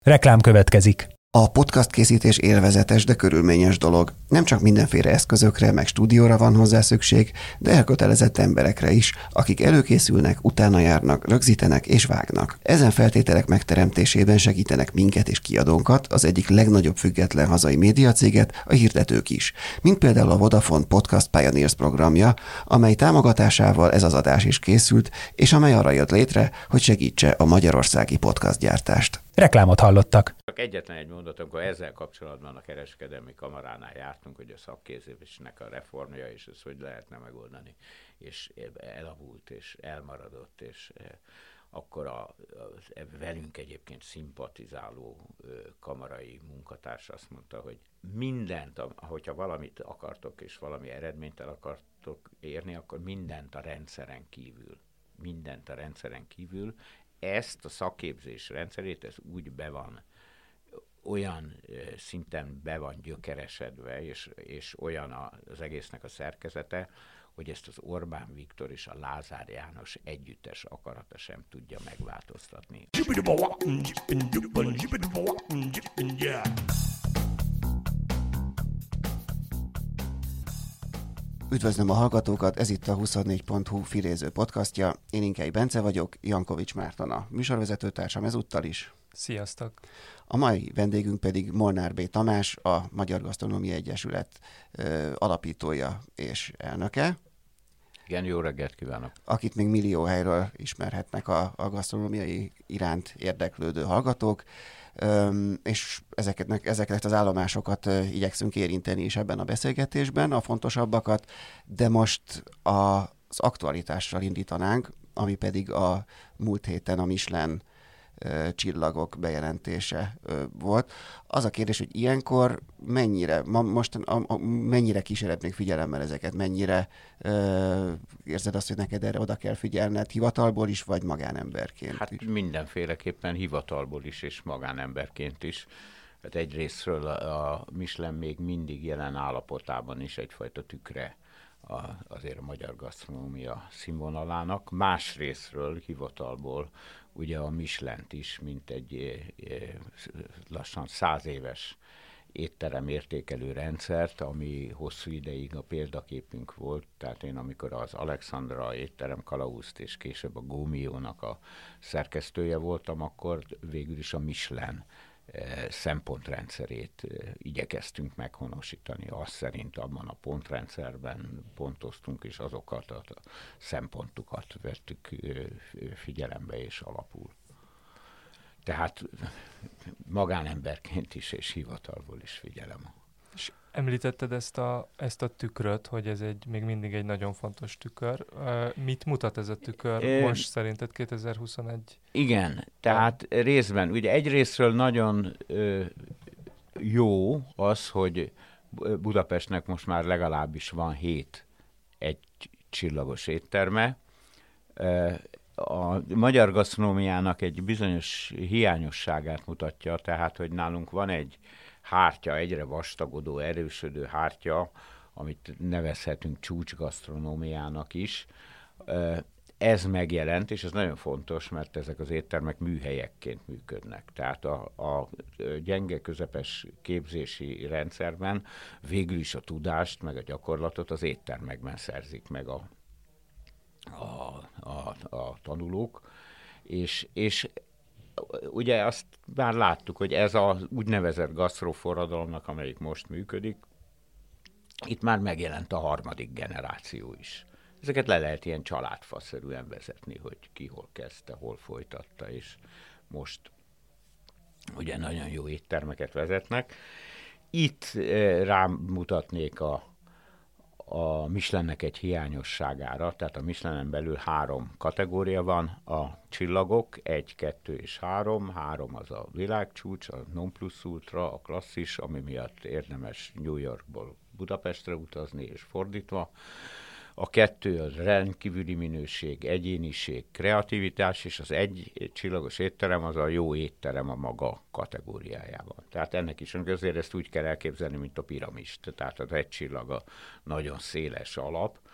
Reklám következik. A podcast készítés élvezetes, de körülményes dolog. Nem csak mindenféle eszközökre, meg stúdióra van hozzá szükség, de elkötelezett emberekre is, akik előkészülnek, utána járnak, rögzítenek és vágnak. Ezen feltételek megteremtésében segítenek minket és kiadónkat, az egyik legnagyobb független hazai médiacéget, a hirdetők is. Mint például a Vodafone Podcast Pioneers programja, amely támogatásával ez az adás is készült, és amely arra jött létre, hogy segítse a magyarországi podcastgyártást. Reklámot hallottak. Csak egyetlen egy mondat, amikor ezzel kapcsolatban a kereskedelmi kamaránál jártunk, hogy a szakképzésnek a reformja, és ezt hogy lehetne megoldani, és elavult, és elmaradott, és akkor velünk egyébként szimpatizáló kamarai munkatárs azt mondta, hogy mindent, hogyha valamit akartok, és valami eredményt el akartok érni, akkor mindent a rendszeren kívül, ezt a szakképzés rendszerét, ez úgy olyan szinten be van gyökeresedve, és olyan az egésznek a szerkezete, hogy ezt az Orbán Viktor és a Lázár János együttes akarata sem tudja megváltoztatni. Üdvözlöm a hallgatókat, ez itt a 24.hu filéző podcastja. Én Inkei Bence vagyok, Jankovics Márton a műsorvezetőtársam ezúttal is. Sziasztok! A mai vendégünk pedig Molnár B. Tamás, a Magyar Gasztronómiai Egyesület alapítója és elnöke. Igen, jó reggelt kívánok! Akit még millió helyről ismerhetnek a gasztronómiai iránt érdeklődő hallgatók, és ezeket az állomásokat igyekszünk érinteni is ebben a beszélgetésben, a fontosabbakat, de most az aktualitással indítanánk, ami pedig a múlt héten a Michelin csillagok bejelentése volt. Az a kérdés, hogy ilyenkor mennyire kíséred még figyelemmel ezeket, mennyire érzed azt, hogy neked erre oda kell figyelned, hivatalból is, vagy magánemberként Hát is? mindenféleképpen hivatalból is, és magánemberként is. Hát egyrésztről a Michelin még mindig jelen állapotában is egyfajta tükre azért a magyar gasztronómia színvonalának. Másrésztről hivatalból ugye a Michelint is, mint egy lassan 100 éves étterem értékelő rendszert, ami hosszú ideig a példaképünk volt. Tehát én amikor az Alexandra étterem Kalauszt és később a Gómiónak a szerkesztője voltam, akkor végül is a Michelin szempontrendszerét igyekeztünk meghonosítani. Azt szerint abban a pontrendszerben pontoztunk, és azokat a szempontokat vettük figyelembe és alapul. Tehát magánemberként is és hivatalból is figyelem. És említetted ezt a tükröt, hogy ez még mindig egy nagyon fontos tükör. Mit mutat ez a tükör most szerinted 2021? Igen, tehát részben, ugye egyrésztről nagyon jó az, hogy Budapestnek most már legalábbis van 7 egy csillagos étterme. A magyar gasztronómiának egy bizonyos hiányosságát mutatja, tehát, hogy nálunk van egy hártya, egyre vastagodó, erősödő hártya, amit nevezhetünk csúcsgasztronómiának is. Ez megjelent, és ez nagyon fontos, mert ezek az éttermek műhelyekként működnek. Tehát a gyenge közepes képzési rendszerben végül is a tudást, meg a gyakorlatot az éttermekben szerzik meg a tanulók, és ugye azt már láttuk, hogy ez az úgynevezett gasztroforradalomnak, amelyik most működik, itt már megjelent a harmadik generáció is. Ezeket le lehet ilyen családfaszerűen vezetni, hogy ki hol kezdte, hol folytatta, és most ugye nagyon jó éttermeket vezetnek. Itt rámutatnék a Michelinnek egy hiányosságára, tehát a Michelinen belül 3 kategória van, a csillagok, 1, 2 és 3. 3 az a világcsúcs, a non plus ultra, a klasszis, ami miatt érdemes New Yorkból Budapestre utazni, és fordítva. A 2 az rendkívüli minőség, egyéniség, kreativitás, és az 1 csillagos étterem az a jó étterem a maga kategóriájában. Tehát ennek is azért ezt úgy kell elképzelni, mint a piramist. Tehát az 1 csillag a nagyon széles alap.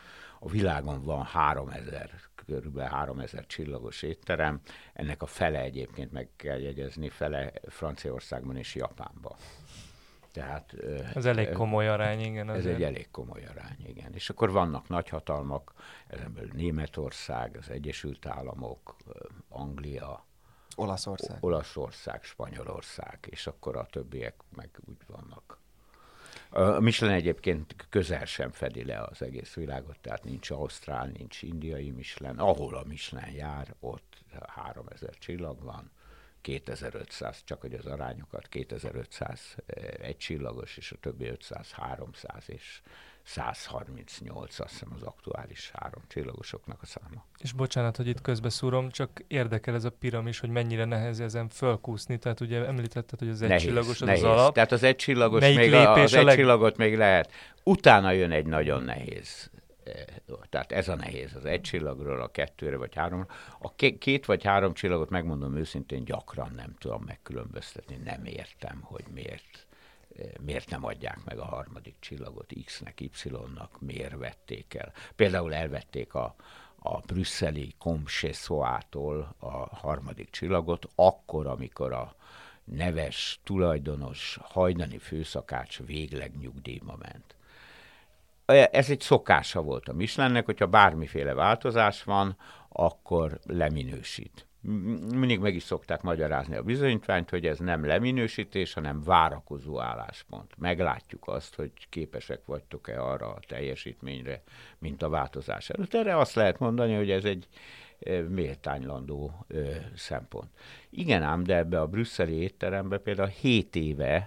a világon van 3000, körülbelül 3000 csillagos étterem, ennek a fele egyébként meg kell jegyezni, fele Franciaországban és Japánban. Tehát, ez elég komoly arány, igen. Ez egy elég komoly arány, igen. És akkor vannak nagyhatalmak, ezen belül Németország, az Egyesült Államok, Anglia, Olaszország, Spanyolország, és akkor a többiek meg úgy vannak. A Michelin egyébként közel sem fedi le az egész világot, tehát nincs ausztrál, nincs indiai Michelin. Ahol a Michelin jár, ott 3000 csillag van, 2500, csak hogy az arányokat, 2500 egy csillagos, és a többi 500, 300 és 138, azt hiszem az aktuális 3 csillagosoknak a száma. És bocsánat, hogy itt közbeszúrom, csak érdekel ez a piramis, hogy mennyire nehéz ezen fölkúszni, tehát ugye említetted, hogy az egy csillagos az nehéz. Alap. Tehát az egy csillagos, csillagot még lehet. Utána jön egy nagyon nehéz. Tehát ez a nehéz, az egy csillagról a 2-re vagy 3-ra. A 2 vagy 3 csillagot, megmondom őszintén, gyakran nem tudom megkülönböztetni, nem értem, hogy miért nem adják meg a harmadik csillagot X-nek, Y-nak, miért vették el. Például elvették a brüsszeli Comches-Soától a harmadik csillagot, akkor, amikor a neves, tulajdonos, hajdani főszakács végleg nyugdíjba ment. Ez egy szokása volt a Michelinnek, hogyha bármiféle változás van, akkor leminősít. Mindig meg is szokták magyarázni a bizonyítványt, hogy ez nem leminősítés, hanem várakozó álláspont. Meglátjuk azt, hogy képesek vagytok-e arra a teljesítményre, mint a változás előtt. Erre azt lehet mondani, hogy ez egy méltánylandó szempont. Igen ám, de ebbe a brüsszeli étterembe például 7 éve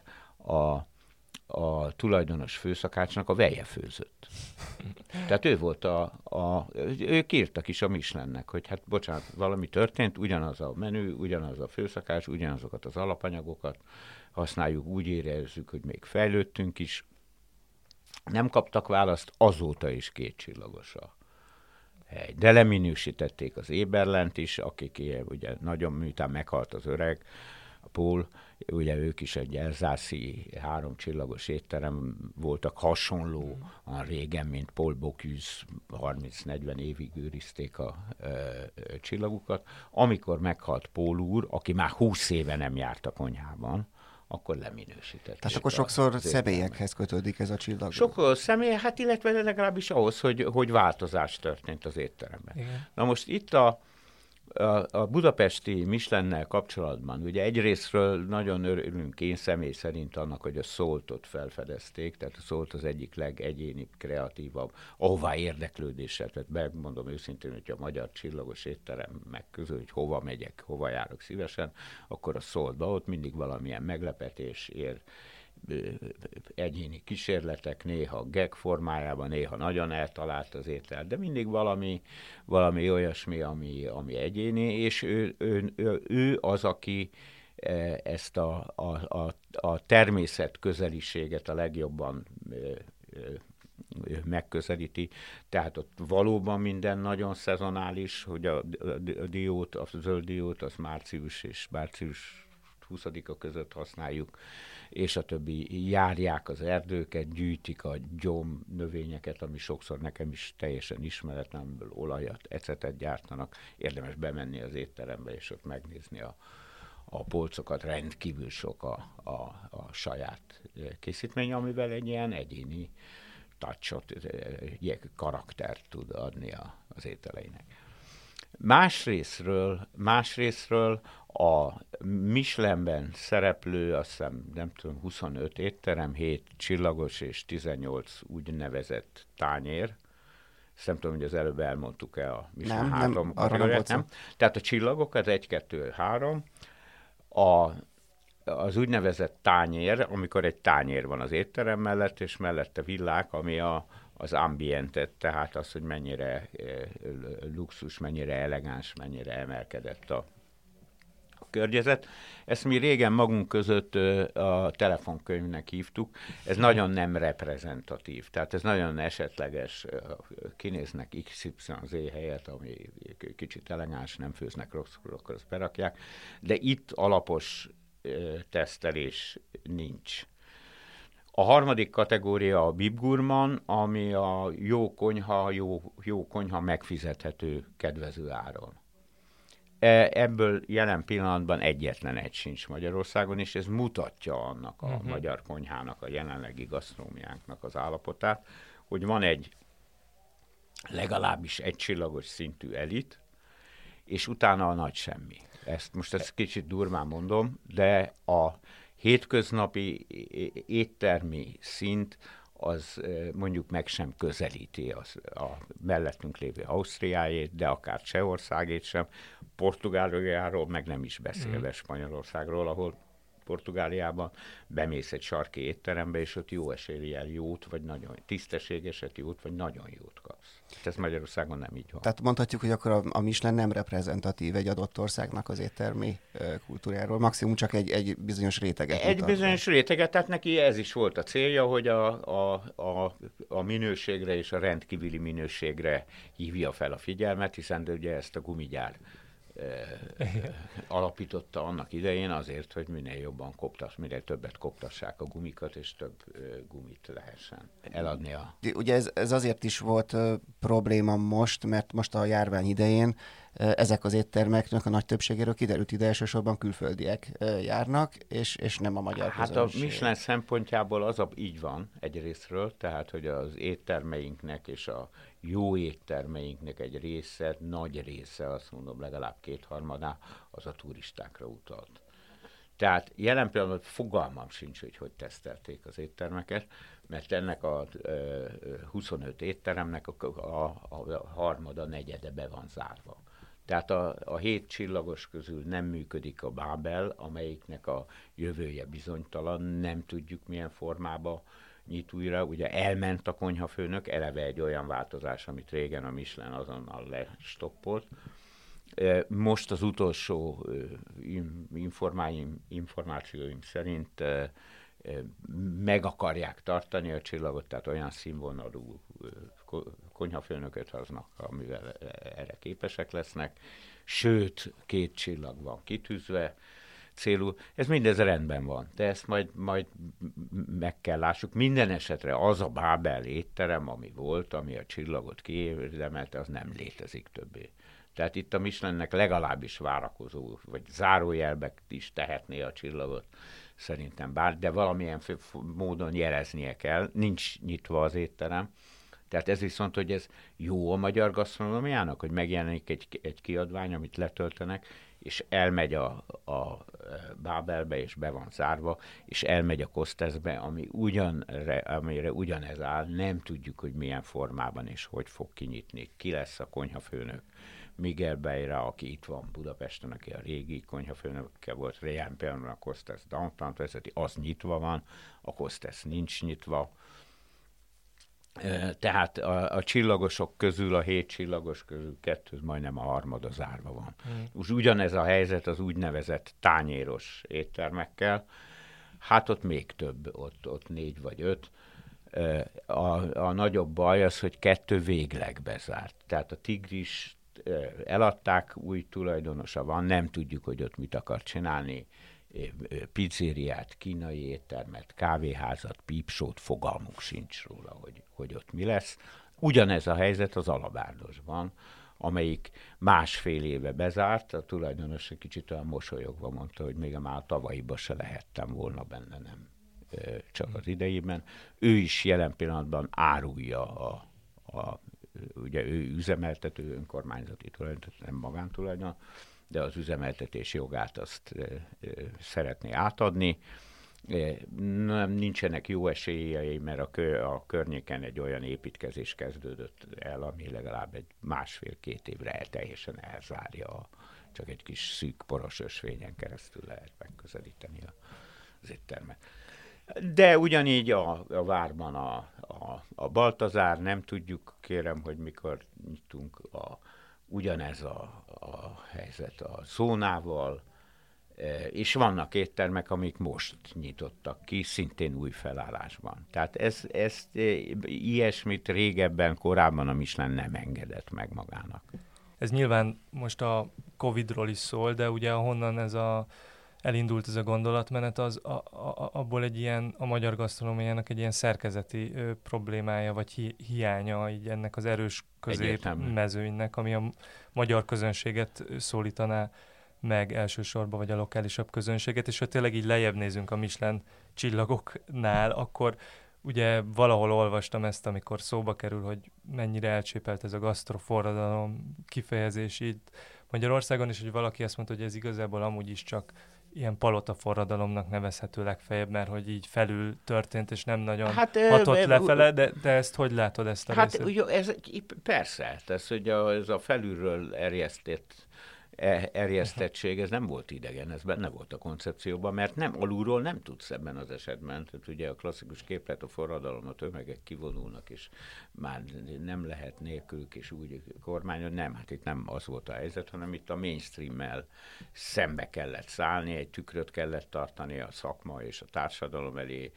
a tulajdonos főszakácsnak a veje főzött. Tehát ő volt ők írtak is a Michelinnek, hogy hát bocsánat, valami történt, ugyanaz a menü, ugyanaz a főszakács, ugyanazokat az alapanyagokat használjuk, úgy érezzük, hogy még fejlődtünk is. Nem kaptak választ, azóta is 2 csillagos a hegy. De leminősítették az Eberlent is, akik ugye nagyon miután meghalt az öreg, a Paul, ugye ők is egy elzászi 3 csillagos étterem voltak, hasonlóan régen, mint Paul Bocuse, 30-40 évig őrizték a csillagukat. Amikor meghalt Paul úr, aki már 20 éve nem járt a konyhában, akkor leminősítették. Tehát akkor sokszor személyekhez kötődik ez a csillag. Sokszor személy, hát illetve legalábbis ahhoz, hogy változás történt az étteremben. Igen. Na most itt a budapesti Michelin-nel kapcsolatban, ugye egyrésztről nagyon örülünk én személy szerint annak, hogy a Saltot felfedezték, tehát a Salt az egyik legegyénibb, kreatívabb, ahová érdeklődéssel, tehát megmondom őszintén, hogy a magyar csillagos étteremek közül, hogy hova megyek, hova járok szívesen, akkor a Saltba, ott mindig valamilyen meglepetés ér, egyéni kísérletek, néha gag formájában, néha nagyon eltalált az étel, de mindig valami olyasmi, ami egyéni, és ő az, aki ezt a természet közeliséget a legjobban megközelíti. Tehát ott valóban minden nagyon szezonális, hogy a zöld diót, az március és március 20-a között használjuk, és a többi járják az erdőket, gyűjtik a gyom növényeket, ami sokszor nekem is teljesen ismeretlemből olajat, ecetet gyártanak. Érdemes bemenni az étterembe, és ott megnézni a polcokat, rendkívül sok a saját készítmény, amivel egy ilyen egyéni touchot, karaktert tud adni az ételeinek. Másrészről a Michelinben szereplő, azt hiszem, nem tudom, 25 étterem, 7 csillagos és 18 úgynevezett tányér. Ezt nem tudom, hogy az előbb elmondtuk-e a Michelin 3 kategóriát, nem? Tehát a csillagok, az 1, 2, 3. Az úgynevezett tányér, amikor egy tányér van az étterem mellett, és mellette villák, ami az ambientet, tehát az, hogy mennyire luxus, mennyire elegáns, mennyire emelkedett a környezet. Ezt mi régen magunk között a telefonkönyvnek hívtuk. Ez nagyon nem reprezentatív, tehát ez nagyon esetleges. Kinéznek XYZ helyet, ami kicsit elegáns, nem főznek rosszul, akkor azt berakják. De itt alapos tesztelés nincs. A harmadik kategória a Bib Gourmand, ami a jó konyha megfizethető kedvező áron. Ebből jelen pillanatban egyetlen egy sincs Magyarországon, és ez mutatja annak a magyar konyhának, a jelenlegi gasztronómiánknak az állapotát, hogy van egy legalábbis egy csillagos szintű elit, és utána a nagy semmi. Ezt kicsit durván mondom, de a hétköznapi éttermi szint az mondjuk meg sem közelíti a mellettünk lévő Ausztriájét, de akár Csehországét sem, Portugáliáról meg nem is beszélve Spanyolországról, ahol Portugáliában bemész egy sarki étterembe, és ott jó eséllyel jót, vagy nagyon tisztességeset jót, vagy nagyon jót kapsz. Ez Magyarországon nem így van. Tehát mondhatjuk, hogy akkor a Michelin nem reprezentatív egy adott országnak az éttermi kultúráról, maximum csak egy bizonyos réteget. Egy bizonyos réteget, tehát neki ez is volt a célja, hogy a minőségre és a rendkívüli minőségre hívja fel a figyelmet, hiszen ugye ezt a gumigyár alapította annak idején azért, hogy minél többet koptassák a gumikat, és több gumit lehessen eladni. Ugye ez azért is volt probléma most, mert most a járvány idején ezek az éttermeknek a nagy többségéről kiderült, ide elsősorban külföldiek járnak, és nem a magyar közönség. Hát a Michelin szempontjából így van egyrésztről, tehát hogy az éttermeinknek és a jó éttermeinknek egy része, nagy része, azt mondom legalább 2/3 az a turistákra utalt. Tehát jelen pillanatban fogalmam sincs, hogy tesztelték az éttermeket, mert ennek a 25 étteremnek a harmada, negyede be van zárva. Tehát a 7 csillagos közül nem működik a Bábel, amelyiknek a jövője bizonytalan, nem tudjuk milyen formába nyit újra. Ugye elment a konyhafőnök, eleve egy olyan változás, amit régen a Michelin azonnal lestoppolt. Most az utolsó információim szerint meg akarják tartani a csillagot, tehát olyan színvonalú konyhafőnököt hoznak, amivel erre képesek lesznek. Sőt, 2 csillag van kitűzve célul. Ez mindez rendben van, de ezt majd meg kell lássuk. Minden esetre az a Bábel étterem, ami volt, ami a csillagot kiérdemelte, az nem létezik többé. Tehát itt a Michelinnek legalábbis várakozó, vagy zárójelbe is tehetné a csillagot, szerintem de valamilyen módon jeleznie kell. Nincs nyitva az étterem. Tehát ez viszont, hogy ez jó a magyar gasztronómiának, hogy megjelenik egy kiadvány, amit letöltenek, és elmegy a Bábelbe, és be van zárva, és elmegy a Kosteszbe, amire ugyanez áll, nem tudjuk, hogy milyen formában és hogy fog kinyitni. Ki lesz a konyhafőnök? Miguel Beira, aki itt van Budapesten, aki a régi konyhafőnöke volt, jelen például a Kostesz Downtown-t vezeti, az nyitva van, a Kostesz nincs nyitva. Tehát a csillagosok közül, a 7 csillagos közül 2, majdnem a harmada zárva van. Ugyanez a helyzet az úgynevezett tányéros éttermekkel, hát ott még több, ott 4 vagy 5. A nagyobb baj az, hogy 2 végleg bezárt. Tehát a Tigris eladták, új tulajdonosa van, nem tudjuk, hogy ott mit akar csinálni, pizzériát, kínai éttermet, kávéházat, pípsót, fogalmuk sincs róla, hogy ott mi lesz. Ugyanez a helyzet az Alabárdosban, amelyik 1,5 éve bezárt, a tulajdonos egy kicsit olyan mosolyogva mondta, hogy még már tavalyiban se lehettem volna benne, nem csak az idejében. Ő is jelen pillanatban árulja ugye ő üzemeltető, önkormányzati tulajdon, nem magántulajdon, de az üzemeltetés jogát azt szeretné átadni. Nincsenek jó esélyei, mert a környéken egy olyan építkezés kezdődött el, ami legalább egy 1,5-2 évre teljesen elzárja, csak egy kis szűk poros ösvényen keresztül lehet megközelíteni az éttermet. De ugyanígy a várban a Baltazár, nem tudjuk, kérem, hogy mikor nyitunk, ugyanez a helyzet a Zónával, és vannak éttermek, amik most nyitottak ki, szintén új felállásban. Tehát ezt ilyesmit korábban a Michelin nem engedett meg magának. Ez nyilván most a Covid-ról is szól, de ugye ahonnan ez a elindult ez a gondolatmenet, az abból egy ilyen, a magyar gasztronómiának egy ilyen szerkezeti problémája, vagy hiánya így ennek az erős középmezőnynek, ami a magyar közönséget szólítaná meg elsősorban, vagy a lokálisabb közönséget, és ha tényleg így lejjebb nézünk a Michelin csillagoknál, akkor ugye valahol olvastam ezt, amikor szóba kerül, hogy mennyire elcsépelt ez a gasztroforradalom kifejezés itt Magyarországon, és hogy valaki azt mondta, hogy ez igazából amúgy is csak ilyen palotaforradalomnak nevezhető legfeljebb, mert hogy így felül történt, és nem nagyon hatott lefele, de ezt hogy látod, ezt a részét? Ugye persze, ez a felülről erjesztettség, ez nem volt idegen, ez benne volt a koncepcióban, mert nem alulról nem tudsz ebben az esetben. Tehát ugye a klasszikus képlet, a forradalom, a tömegek kivonulnak, és már nem lehet nélkülük, és úgy kormányon, nem, hát itt nem az volt a helyzet, hanem itt a mainstream-mel szembe kellett szállni, egy tükröt kellett tartani a szakma és a társadalom elé,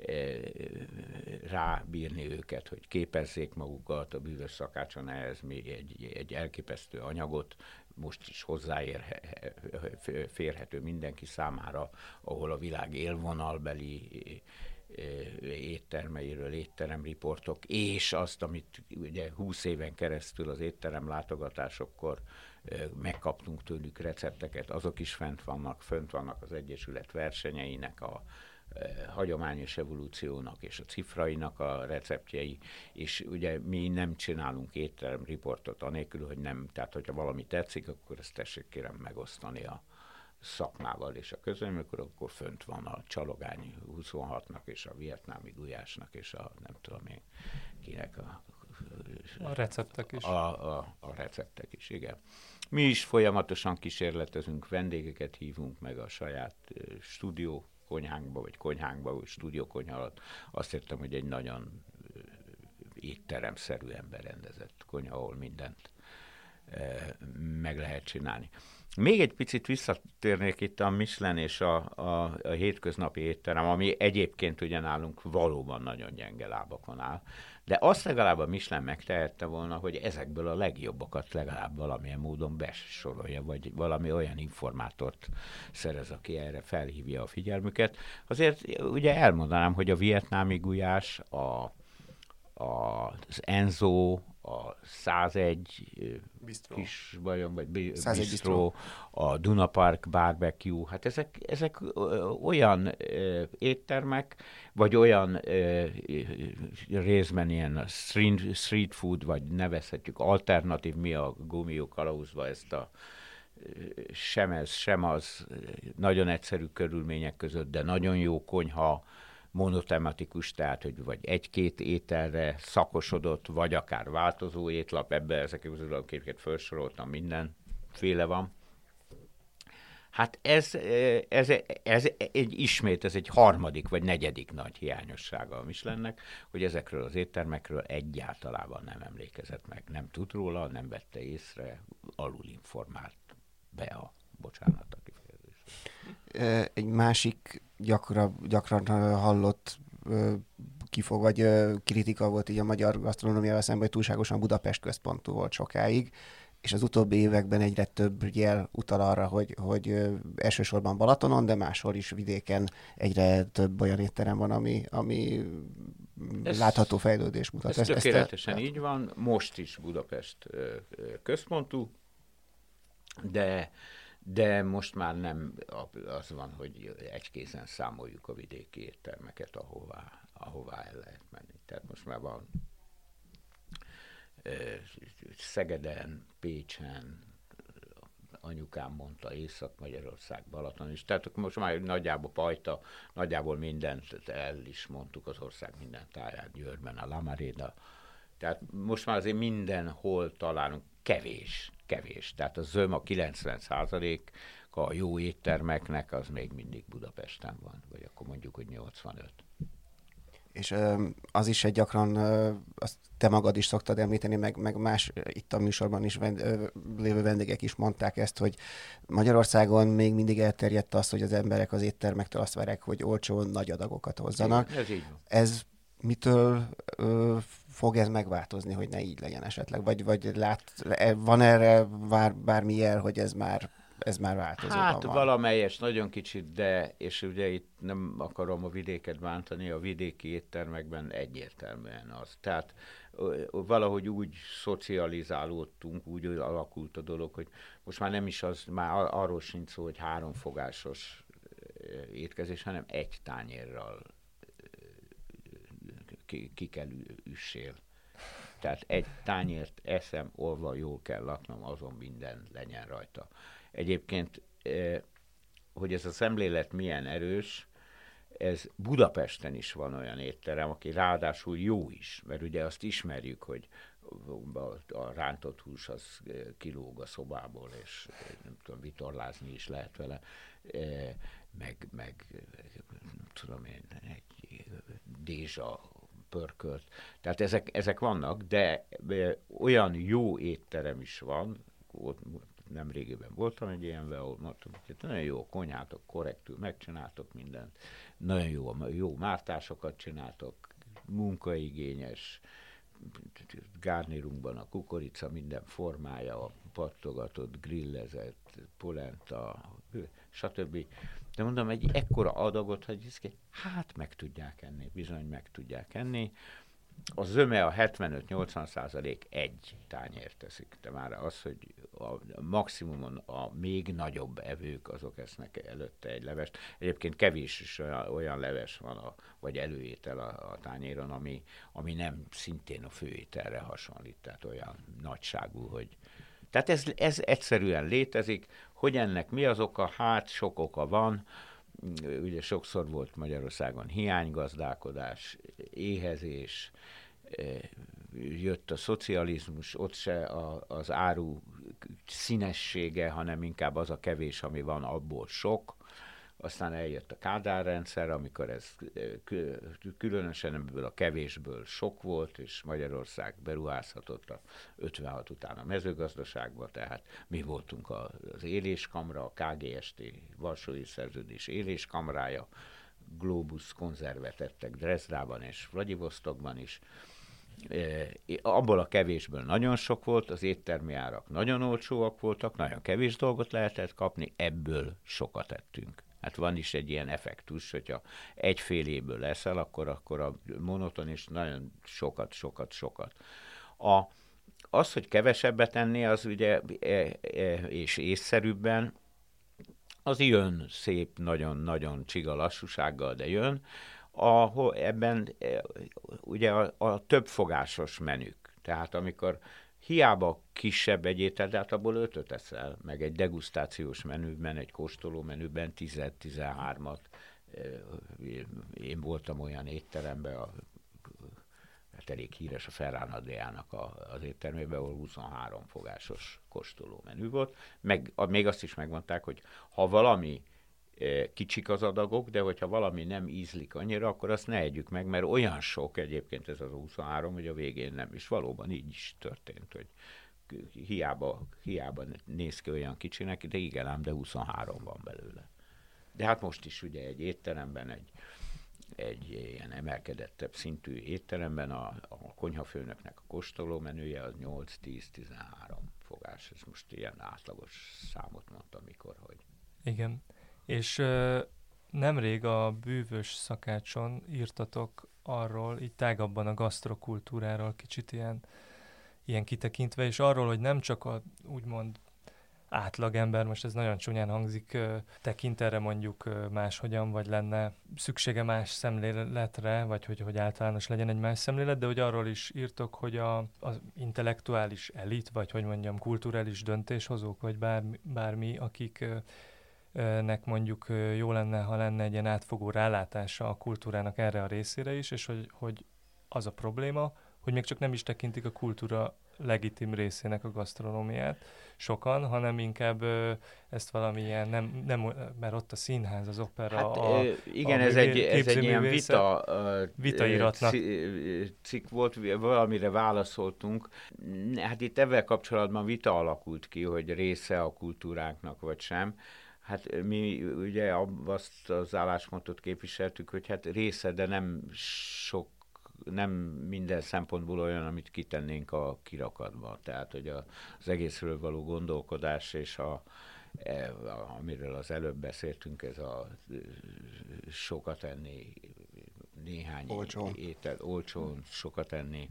rábírni őket, hogy képezzék magukat, a bűvös szakácson ehhez még egy elképesztő anyagot, most is hozzáférhető mindenki számára, ahol a világ élvonalbeli éttermeiről, étteremriportok, és azt, amit ugye 20 éven keresztül az étterem látogatásokkor megkaptunk tőlük recepteket, azok is fönt vannak az Egyesület versenyeinek, a hagyományos evolúciónak és a cifrainak a receptjei, és ugye mi nem csinálunk étteremriportot anélkül, hogy nem, tehát hogyha valami tetszik, akkor ezt tessék kérem megosztani a szakmával és a közönömökről, akkor fönt van a Csalogány 26-nak és a vietnámi gulyásnak és a nem tudom én kinek a receptek is. A receptek is, igen. Mi is folyamatosan kísérletezünk, vendégeket hívunk meg a saját stúdió konyhánkba, vagy konyhánkba, vagy stúdiókonyha alatt. Azt értem, hogy egy nagyon étteremszerűen berendezett konyha, ahol mindent meg lehet csinálni. Még egy picit visszatérnék itt a Michelin és a hétköznapi étterem, ami egyébként ugye nálunk valóban nagyon gyenge lábakon áll, de azt legalább a Michelin megtehette volna, hogy ezekből a legjobbakat legalább valamilyen módon besorolja, vagy valami olyan informátort szerez, aki erre felhívja a figyelmüket. Azért ugye elmondanám, hogy a vietnámi gulyás, az Enzo, a 101 kis vajon, vagy bistró, a Duna Park barbecue, hát ezek olyan éttermek, vagy olyan részben ilyen street food, vagy nevezhetjük alternatív, mi a gumió kalauzba ezt a sem ez, sem az, nagyon egyszerű körülmények között, de nagyon jó konyha, monotematikus, tehát, hogy vagy egy-két ételre szakosodott, vagy akár változó étlap, ebben ezek közül a képeket felsoroltam, mindenféle van. Hát ez egy harmadik vagy negyedik nagy hiányossága a Michelinnek, hogy ezekről az éttermekről egyáltalában nem emlékezett meg, nem tud róla, nem vette észre, alulinformált be a bocsánat a kifejezés. Egy másik gyakran hallott kifog, vagy kritika volt így a magyar gasztronómiával szemben, hogy túlságosan Budapest központú volt sokáig, és az utóbbi években egyre több jel utal arra, hogy elsősorban Balatonon, de máshol is vidéken egyre több olyan étterem van, ami látható fejlődés mutat. Ez tökéletesen így van, most is Budapest központú, de most már nem az van, hogy egykézen számoljuk a vidéki éttermeket, ahová el lehet menni. Tehát most már van Szegeden, Pécsen, anyukám mondta, Észak-Magyarország, Balaton is. Tehát most már nagyjából Pajta, nagyjából mindent el is mondtuk az ország minden táján, Győrben, a Lamaréda. Tehát most már azért mindenhol találunk kevés. Tehát a zöm, a 90% a jó éttermeknek az még mindig Budapesten van, vagy akkor mondjuk, hogy 85. És az is egy gyakran, azt te magad is szoktad említeni, meg más itt a műsorban is lévő vendégek is mondták ezt, hogy Magyarországon még mindig elterjedt az, hogy az emberek az éttermektől azt várják, hogy olcsón nagy adagokat hozzanak. Ez így van. Ez mitől fog ez megváltozni, hogy ne így legyen esetleg? Vagy van erre bármi jel, hogy ez már ez már változóban hát van? valamelyes, nagyon kicsit, de, és ugye itt nem akarom a vidéket bántani, a vidéki éttermekben egyértelműen az. Tehát valahogy úgy szocializálódtunk, úgy alakult a dolog, hogy most már nem is az, már arról sincs szó, hogy 3 fogásos étkezés, hanem egy tányérral ki kell üssél. Tehát egy tányért eszem, olva jól kell laknom, azon minden legyen rajta. Egyébként, hogy ez a szemlélet milyen erős, ez Budapesten is van olyan étterem, aki ráadásul jó is, mert ugye azt ismerjük, hogy a rántott hús az kilóg a szobából, és nem tudom, vitorlázni is lehet vele, meg nem tudom én, egy dézsa pörkölt. Tehát ezek vannak, de olyan jó étterem is van, nem régebben voltam egy ilyenben, ahol mondtam, hogy nagyon jó a konyhátok, korrektül megcsináltok mindent, nagyon jó mártásokat csináltok, munkaigényes, gárnérunkban a kukorica minden formája, a pattogatott, grillezett, polenta, stb. De mondom, egy ekkora adagot, hogy hát meg tudják enni, bizony meg tudják enni. A zöme a 75-80% egy tányért teszik. De már az, hogy a maximumon a még nagyobb evők, azok esznek előtte egy levest. Egyébként kevés is olyan leves van, vagy előétel a tányéron, ami nem szintén a főételre hasonlít. Tehát olyan nagyságú, hogy... Tehát ez egyszerűen létezik. Hogy ennek mi az oka? Hát sok oka van. Ugye sokszor volt Magyarországon hiánygazdálkodás, éhezés, jött a szocializmus, ott se az áru színessége, hanem inkább az a kevés, ami van, abból sok. Aztán eljött a Kádár rendszer, amikor ez különösen ebből a kevésből sok volt, és Magyarország beruházhatott a 56 után a mezőgazdaságba, tehát mi voltunk az éléskamra, a KGST Varsói Szerződés éléskamrája, Globus konzervet ettek Dresdában és Vladivostokban is. Abból a kevésből nagyon sok volt, az éttermi árak nagyon olcsóak voltak, nagyon kevés dolgot lehetett kapni, ebből sokat ettünk. Hát van is egy ilyen effektus, hogyha egyféléből leszel, akkor a monoton is nagyon sokat. Az, hogy kevesebbet enni, az ugye és észszerűbben, az jön szép, nagyon-nagyon csiga lassúsággal, de jön. Ebben ugye a többfogásos menük. Tehát amikor hiába kisebb egy étel, de hát abból 5-öt eszel, meg egy degustációs menüben, egy kóstoló menüben 10-13-at. Én voltam olyan étteremben, hát elég híres a Ferránadéának az éttermében, ahol 23 fogásos kóstoló menü volt. Még azt is megmondták, hogy ha valami kicsik az adagok, de hogyha valami nem ízlik annyira, akkor azt ne együk meg, mert olyan sok egyébként ez az 23, hogy a végén nem is. Valóban így is történt, hogy hiába néz ki olyan kicsinek, de igen ám, de 23 van belőle. De hát most is ugye egy étteremben, egy ilyen emelkedettebb szintű étteremben a konyhafőnöknek a kóstoló menüje az 8-10-13 fogás. Ez most ilyen átlagos számot mondtam, mikor, hogy. Igen. És nemrég a Bűvös szakácson írtatok arról, így tágabban a gasztrokultúráról kicsit ilyen kitekintve, és arról, hogy nem csak a úgymond átlagember, most ez nagyon csúnyán hangzik, tekint erre mondjuk máshogyan, vagy lenne szüksége más szemléletre, vagy hogy általános legyen egy más szemlélet, de hogy arról is írtok, hogy az intellektuális elit, vagy hogy mondjam, kulturális döntéshozók, vagy bármi, akiknek mondjuk jó lenne, ha lenne egy ilyen átfogó rálátása a kultúrának erre a részére is, és hogy az a probléma, hogy még csak nem is tekintik a kultúra legitim részének a gasztronómiát sokan, hanem inkább ezt valamilyen, nem, mert ott a színház, az opera, igen, ez egy ilyen vitairatnak cikk volt, valamire válaszoltunk. Hát itt ebben kapcsolatban vita alakult ki, hogy része a kultúránknak vagy sem. Hát mi ugye azt az álláspontot képviseltük, hogy hát része, de nem minden szempontból olyan, amit kitennénk a kirakatba. Tehát, hogy az egészről való gondolkodás amiről az előbb beszéltünk, ez a sokat enni, néhány étel, olcsón sokat enni.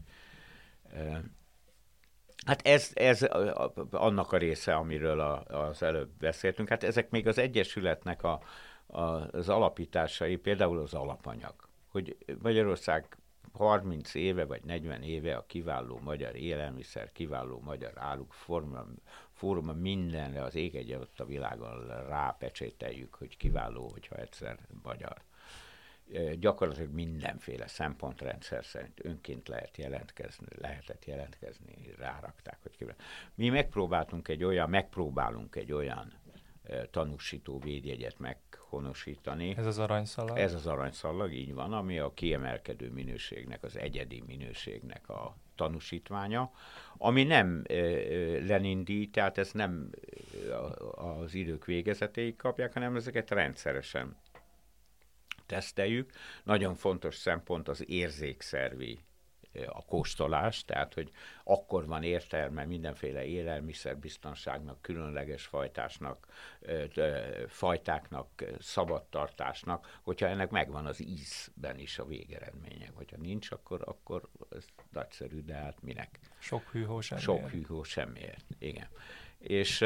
Hát ez annak a része, amiről az előbb beszéltünk. Hát ezek még az Egyesületnek az alapításai, például az alapanyag. Hogy Magyarország 30 éve vagy 40 éve a kiváló magyar élelmiszer, kiváló magyar áruk fóruma mindenre az ég egyaott a világon rápecsételjük, hogy kiváló, hogyha egyszer magyar. Gyakorlatilag mindenféle szempontrendszer szerint önként lehetett jelentkezni, rárakták, hogy kiváló. Mi megpróbálunk egy olyan tanúsító védjegyet meghonosítani. Ez az aranyszalag? Ez az aranyszalag, így van, ami a kiemelkedő minőségnek, az egyedi minőségnek a tanúsítványa, ami nem Lenin-díj, tehát ez nem az idők végezetéig kapják, hanem ezeket rendszeresen teszteljük. Nagyon fontos szempont az érzékszervi, a kóstolás, tehát, hogy akkor van értelme mindenféle élelmiszerbiztonságnak, különleges fajtáknak, szabadtartásnak, hogyha ennek megvan az ízben is a végeredménye. Hogyha nincs, akkor ez nagyszerű, de hát minek? Sok hűhó semmiért. Sok hűhó semmiért, igen. És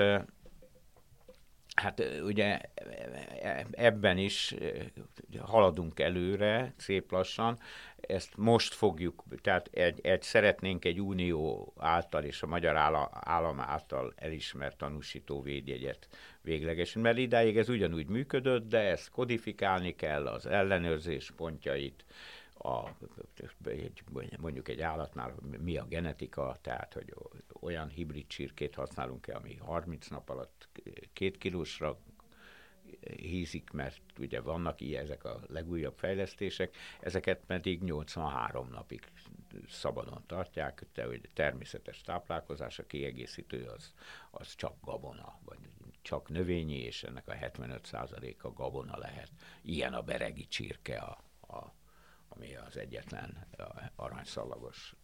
hát ugye ebben is haladunk előre, szép lassan, ezt most fogjuk, tehát szeretnénk egy unió által és a magyar állam által elismert tanúsító védjegyet véglegesen, mert idáig ez ugyanúgy működött, de ezt kodifikálni kell, az ellenőrzés pontjait, mondjuk egy állatnál mi a genetika, tehát hogy olyan hibrid csirkét használunk-e, ami 30 nap alatt 2 kilósra hízik, mert ugye vannak ezek a legújabb fejlesztések, ezeket pedig 83 napig szabadon tartják, de hogy természetes táplálkozás, a kiegészítő az csak gabona, vagy csak növényi, és ennek a 75%-a gabona lehet. Ilyen a beregi csirke, ami az egyetlen aranyszalagos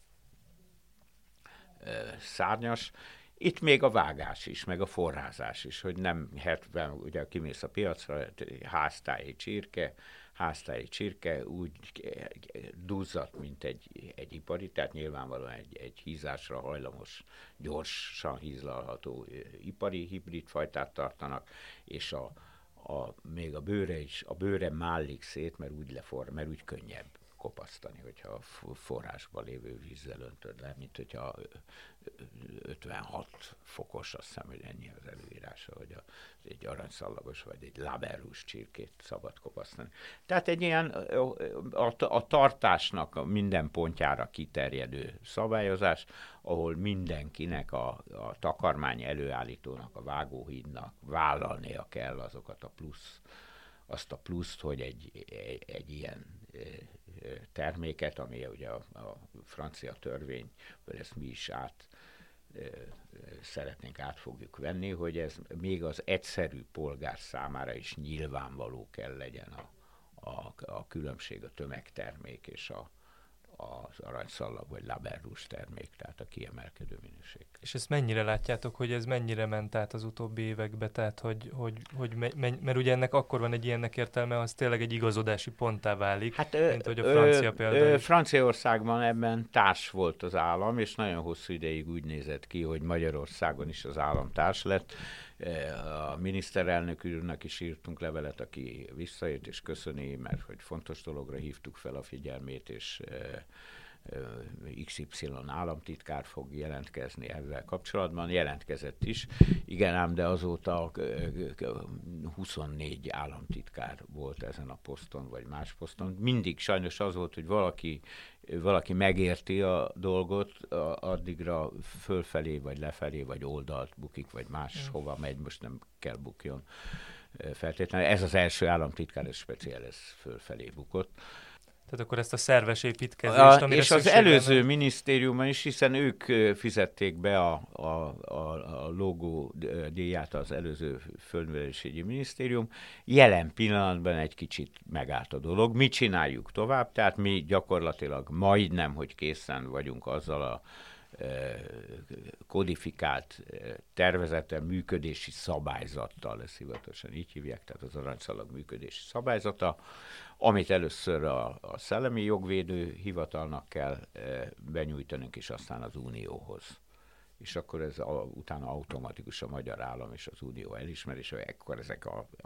szárnyas. Itt még a vágás is, meg a forrázás is, hogy nem 70, ugye kimész a piacra, háztáji csirke úgy duzzadt, mint egy ipari, tehát nyilvánvalóan egy hízásra hajlamos, gyorsan hízlalható ipari hibrid fajtát tartanak, és még a bőre mállik szét, mert úgy könnyebb kopasztani, hogyha a forrásban lévő vízzel öntöd le, mint hogyha 56 fokos, azt hiszem, hogy ennyi az előírása, hogy egy aranyszallagos vagy egy laberus csirkét szabad kopasztani. Tehát egy ilyen a tartásnak minden pontjára kiterjedő szabályozás, ahol mindenkinek a takarmány előállítónak, a vágóhídnak vállalnia kell azt a pluszt, hogy egy ilyen terméket, ami ugye a francia törvényből ezt mi is át fogjuk venni, hogy ez még az egyszerű polgár számára is nyilvánvaló kell legyen a különbség, a tömegtermék és az aranyszallag vagy laberrus termék, tehát a kiemelkedő minőség. És ezt mennyire látjátok, hogy ez mennyire ment át az utóbbi évekbe, tehát mert ugye ennek akkor van egy ilyennek értelme, az tényleg egy igazodási ponttá válik, mint hogy a francia például. Franciaországban ebben társ volt az állam, és nagyon hosszú ideig úgy nézett ki, hogy Magyarországon is az állam társ lett. A miniszterelnök úrnak is írtunk levelet, aki visszaért és köszöni, mert hogy fontos dologra hívtuk fel a figyelmét, és XY államtitkár fog jelentkezni ezzel kapcsolatban. Jelentkezett is. Igen ám, de azóta 24 államtitkár volt ezen a poszton, vagy más poszton. Mindig sajnos az volt, hogy valaki megérti a dolgot, addigra fölfelé, vagy lefelé, vagy oldalt bukik, vagy máshova megy, most nem kell bukjon feltétlenül. Ez az első államtitkár, ez speciál, ez fölfelé bukott. Tehát akkor ezt a szerves építkezést, amire és az előző minisztériumban is, hiszen ők fizették be a logó díját, az előző földművelésügyi minisztérium. Jelen pillanatban egy kicsit megállt a dolog. Mi csináljuk tovább? Tehát mi gyakorlatilag majdnem, hogy készen vagyunk azzal a kodifikált tervezete, működési szabályzattal, ezt hivatalosan így hívják, tehát az aranyszalag működési szabályzata, amit először a Szellemi Jogvédő Hivatalnak kell benyújtanunk, és aztán az Unióhoz. És akkor ez utána automatikus a magyar állam és az Unió elismerése, ekkor ezek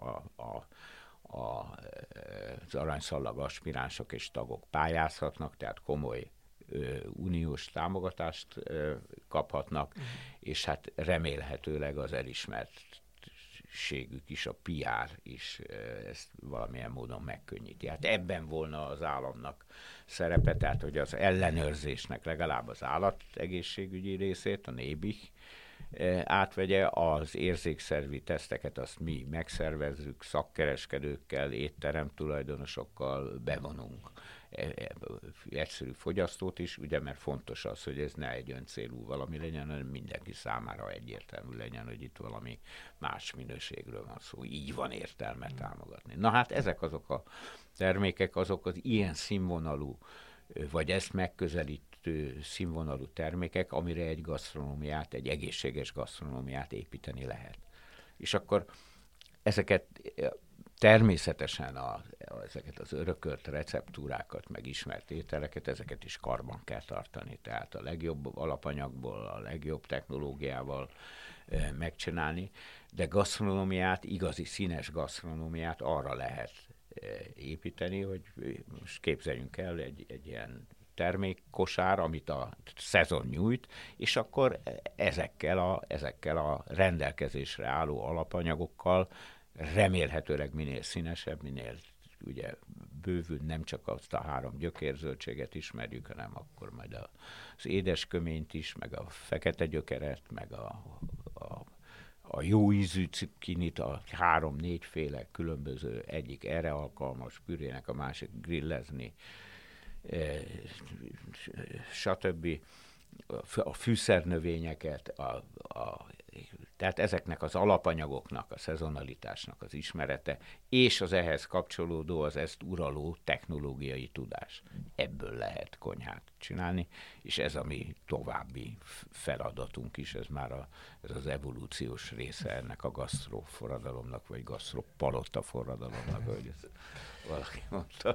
az aranyszalag aspiránsok és tagok pályázhatnak, tehát komoly uniós támogatást kaphatnak, és hát remélhetőleg az elismertségük is, a PR is ezt valamilyen módon megkönnyíti. Hát ebben volna az államnak szerepe, tehát hogy az ellenőrzésnek legalább az állategészségügyi részét, a NÉBIH átvegye, az érzékszervi teszteket azt mi megszervezzük, szakkereskedőkkel, étterem tulajdonosokkal bevonunk. Egyszerű fogyasztót is, ugye, mert fontos az, hogy ez ne egy öncélú valami legyen, hanem mindenki számára egyértelmű legyen, hogy itt valami más minőségről van szó. Így van értelme támogatni. Na hát ezek azok a termékek, azok az ilyen színvonalú, vagy ezt megközelítő színvonalú termékek, amire egy gasztronómiát, egy egészséges gasztronómiát építeni lehet. És akkor ezeket természetesen ezeket az örökölt receptúrákat, meg ismert ételeket, ezeket is karban kell tartani. Tehát a legjobb alapanyagból, a legjobb technológiával megcsinálni, de gasztronómiát, igazi színes gasztronómiát arra lehet építeni, hogy most képzeljünk el egy ilyen termékkosár, amit a szezon nyújt, és akkor ezekkel a rendelkezésre álló alapanyagokkal remélhetőleg minél színesebb, minél ugye bővül, nem csak azt a 3 gyökérzöldséget ismerjük, hanem akkor majd az édesköményt is, meg a fekete gyökeret, meg a jó ízű cukkinit, a 3-4 féle különböző, egyik erre alkalmas pürének, a másik grillezni, stb. A fűszernövényeket, tehát ezeknek az alapanyagoknak, a szezonalitásnak az ismerete, és az ehhez kapcsolódó, az ezt uraló technológiai tudás. Ebből lehet konyhát csinálni, és ez a mi további feladatunk is, ez már ez az evolúciós része ennek a gasztroforradalomnak, vagy gasztropalota forradalomnak, ahogy ezt valaki mondta.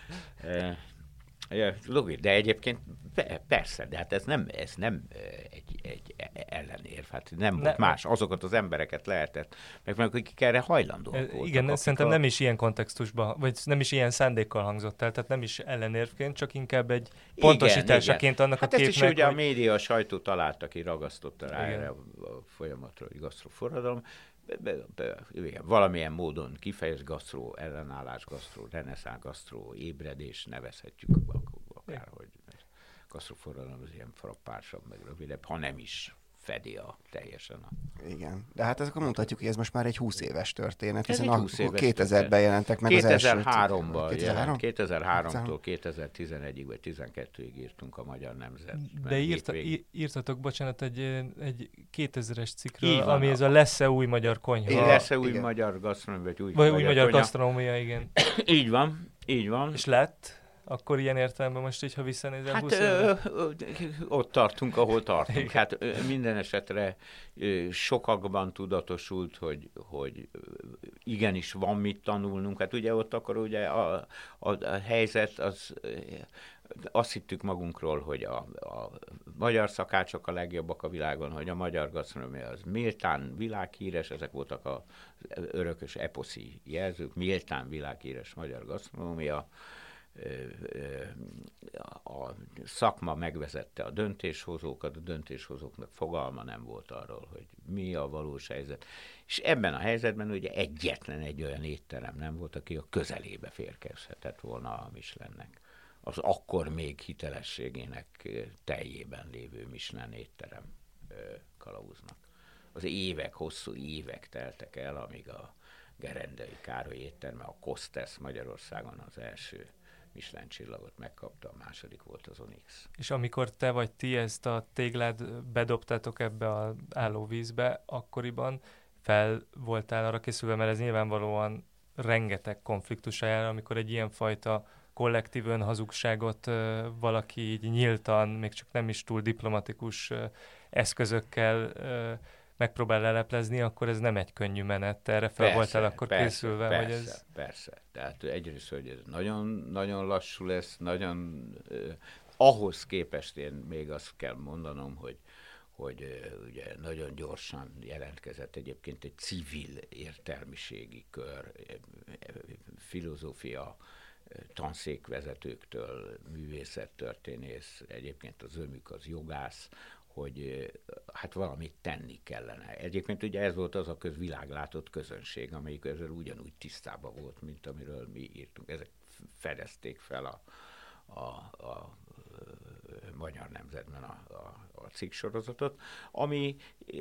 De egyébként persze, de hát ez nem egy ellenérv, hát nem volt más. Azokat az embereket lehetett, meg akik erre hajlandóak voltak. Igen, szerintem nem is ilyen kontextusban, vagy nem is ilyen szándékkal hangzott el, tehát nem is ellenérvként, csak inkább egy pontosításaként annak hát a képnek. Hát ezt is ugye a média, a sajtó találta ki, ragasztotta rá erre a folyamatra, hogy gasztroforradalom. Valamilyen módon kifejez gasztró ellenállás, gasztró reneszánsz, gasztró ébredés, nevezhetjük akárhogy. Gasztroforradalom az ilyen frappásabb, meg rövidebb, ha nem is fedi teljesen. Igen, de hát akkor mondhatjuk, hogy ez most már egy 20 éves történet, hiszen 2000-ben jelentek meg az első. 2003-tól 2011-ig vagy 2012-ig írtunk a Magyar Nemzetben. De írtatok, bocsánat, egy 2000-es cikkről, ami ez a Lesz-e új magyar konyha? Lesz-e új magyar gasztronómia, vagy új magyar gasztronómia, igen. Így van. És lett? Akkor ilyen értelemben most így, ha visszanézel 20 ott tartunk, ahol tartunk. Hát minden esetre sokakban tudatosult, hogy igenis van mit tanulnunk. Hát ugye ott akkor ugye a helyzet az... Azt hittük magunkról, hogy a magyar szakácsok a legjobbak a világon, hogy a magyar gasztronómia az méltán világhíres, ezek voltak az örökös eposzi jelzők, méltán világhíres magyar gasztronómia. A szakma megvezette a döntéshozókat, a döntéshozóknak fogalma nem volt arról, hogy mi a valós helyzet. És ebben a helyzetben ugye egyetlen egy olyan étterem nem volt, aki a közelébe férkezhetett volna a Michelinnek. Az akkor még hitelességének teljében lévő Michelin étterem kalauznak. Az hosszú évek teltek el, amíg a Gerendai Károly étterme, a Kostesz Magyarországon az első Michelin csillagot megkapta, a második volt az Onyx. És amikor te vagy ti ezt a téglát bedobtátok ebbe az állóvízbe, akkoriban fel voltál arra készülve, mert ez nyilvánvalóan rengeteg konfliktusra jár, amikor egy ilyenfajta kollektív önhazugságot valaki így nyíltan, még csak nem is túl diplomatikus eszközökkel megpróbál leleplezni, akkor ez nem egy könnyű menet. Erre fel voltál akkor készülve? Persze, hogy ez... persze. Tehát egyrészt, hogy ez nagyon, nagyon lassú lesz, nagyon ahhoz képest én még azt kell mondanom, hogy ugye nagyon gyorsan jelentkezett egyébként egy civil értelmiségi kör, filozófia tanszékvezetőktől, művészettörténész, egyébként az zömük az jogász, hogy hát valamit tenni kellene. Egyébként ugye ez volt az a világlátott közönség, amelyik ezzel ugyanúgy tisztában volt, mint amiről mi írtunk. Ezek fedezték fel a Magyar Nemzetben a cikksorozatot, ami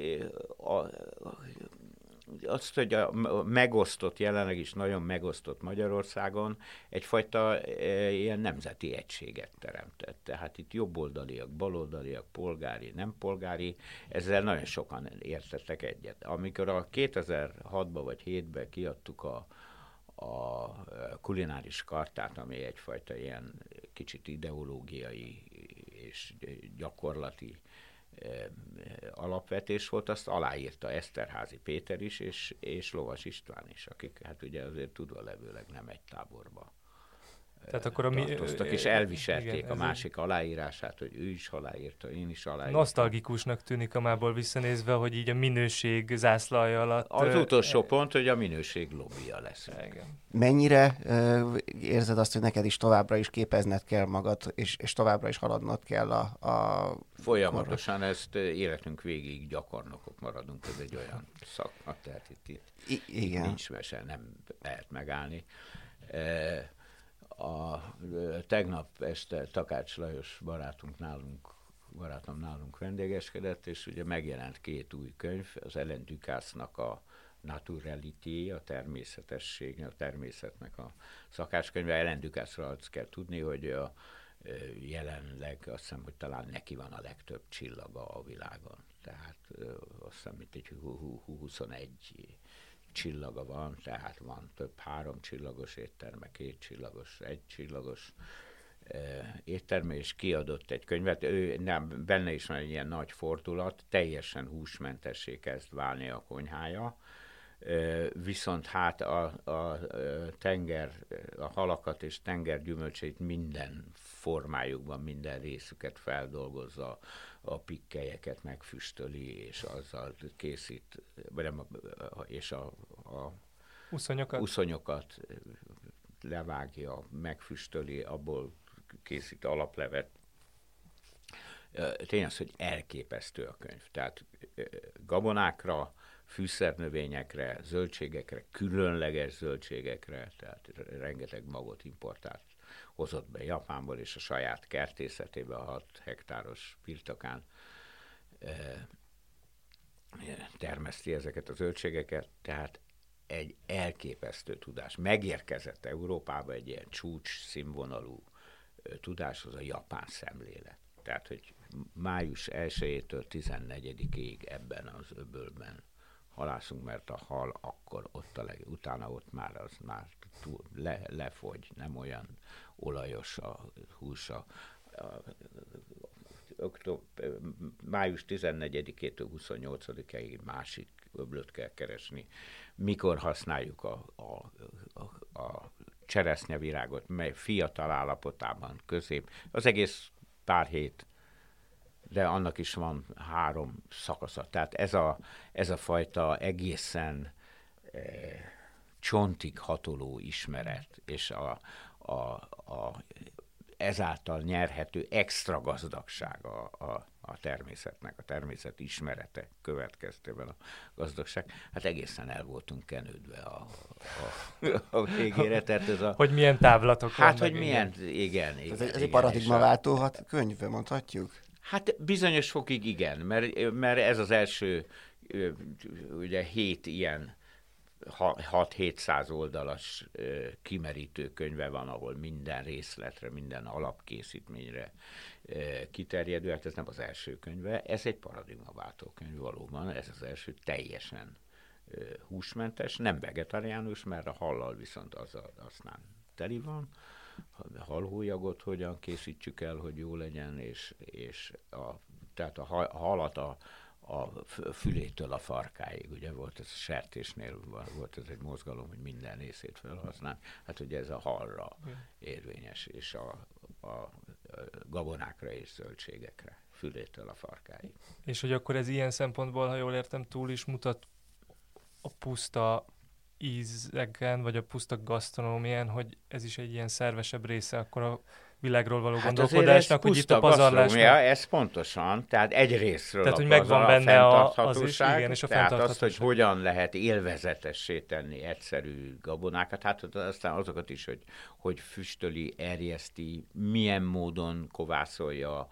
azt, hogy a megosztott, jelenleg is nagyon megosztott Magyarországon egyfajta ilyen nemzeti egységet teremtett. Tehát itt jobboldaliak, baloldaliak, polgári, nem polgári, ezzel nagyon sokan értettek egyet. Amikor a 2006-ban vagy 2007-ben kiadtuk a kulináris kartát, ami egyfajta ilyen kicsit ideológiai és gyakorlati alapvetés volt, azt aláírta Eszterházy Péter is, és Lovas István is, akik hát ugye azért tudva levőleg nem egy táborba tehát akkor tartoztak, és elviselték igen, a másik aláírását, hogy ő is aláírta, én is aláírtam. Nosztalgikusnak tűnik a mából visszanézve, hogy így a minőség zászlaja alatt... Az utolsó pont, hogy a minőség lobbija lesz. Igen. Mennyire érzed azt, hogy neked is továbbra is képezned kell magad, és továbbra is haladnod kell a folyamatosan ezt életünk végig gyakornokok maradunk, ez egy olyan szakma, tehát itt nincs mese, nem lehet megállni. Tegnap este Takács Lajos barátom nálunk vendégeskedett, és ugye megjelent 2 új könyv, az Ellen Ducasse-nak a Naturalité, a természetesség, a természetnek a szakácskönyve. Ellen Ducasse-ról azt kell tudni, hogy jelenleg azt hiszem, hogy talán neki van a legtöbb csillaga a világon. Tehát azt hiszem, mint egy 21 csillaga van, tehát van több 3 csillagos étterme, 2 csillagos, 1 csillagos étterme, és kiadott egy könyvet. Benne is van egy ilyen nagy fordulat, teljesen húsmentessé kezd válni a konyhája, viszont hát a halakat és tengergyümölcseit minden formájukban, minden részüket feldolgozza, a pikkelyeket megfüstöli, és azzal készít, és a uszonyokat levágja, megfüstöli, abból készít alaplevet. Tényleg az, hogy elképesztő a könyv. Tehát gabonákra, fűszernövényekre, zöldségekre, különleges zöldségekre, tehát rengeteg magot importált, hozott be Japánból, és a saját kertészetébe, a 6 hektáros birtokán termeszti ezeket a zöldségeket, tehát egy elképesztő tudás. Megérkezett Európába egy ilyen csúcs színvonalú tudáshoz, a japán szemlélet. Tehát, hogy május 1-től 14-ig ebben az öbölben halászunk, mert a hal akkor ott utána ott már az már lefogy, nem olyan olajos a húsa. Május 14-től 28-ig másik öblöt kell keresni. Mikor használjuk a cseresznyevirágot, mely fiatal állapotában, közép. Az egész pár hét, de annak is van 3 szakasza. Tehát ez a fajta egészen csontig hatoló ismeret, és a ezáltal nyerhető extra gazdagság a természetnek, a természet ismerete következtében a gazdagság. Hát egészen el voltunk kenődve a végére. Tehát hogy milyen távlatok hát, hogy milyen, igen. Ez egy paradigmaváltó könyv, mondhatjuk? Hát bizonyos fokig igen, mert ez az első ugye 7 ilyen 6-700 oldalas kimerítő könyve van, ahol minden részletre, minden alapkészítményre kiterjedő. Hát ez nem az első könyve, ez egy paradigmaváltó könyv valóban, ez az első teljesen húsmentes, nem vegetariánus, mert a hallal viszont az aztán teli van, halhólyagot hogyan készítsük el, hogy jó legyen, tehát a halat a fülétől a farkáig, ugye volt ez a sertésnél, volt ez egy mozgalom, hogy minden részét felhasznál, hát ugye ez a halra érvényes, és a gabonákra és zöldségekre, fülétől a farkáig. És hogy akkor ez ilyen szempontból, ha jól értem, túl is mutat a puszta ízeken, vagy a puszta gasztronómián, hogy ez is egy ilyen szervesebb része akkor a világról való gondolkodásnak, hogy itt a pazarlásnak. Ez pontosan, tehát egy részről tehát, hogy megvan benne az is, igen, és a tehát azt, hogy hogyan lehet élvezetessé tenni egyszerű gabonákat, hát aztán azokat is, hogy füstöli, erjeszti, milyen módon kovászolja,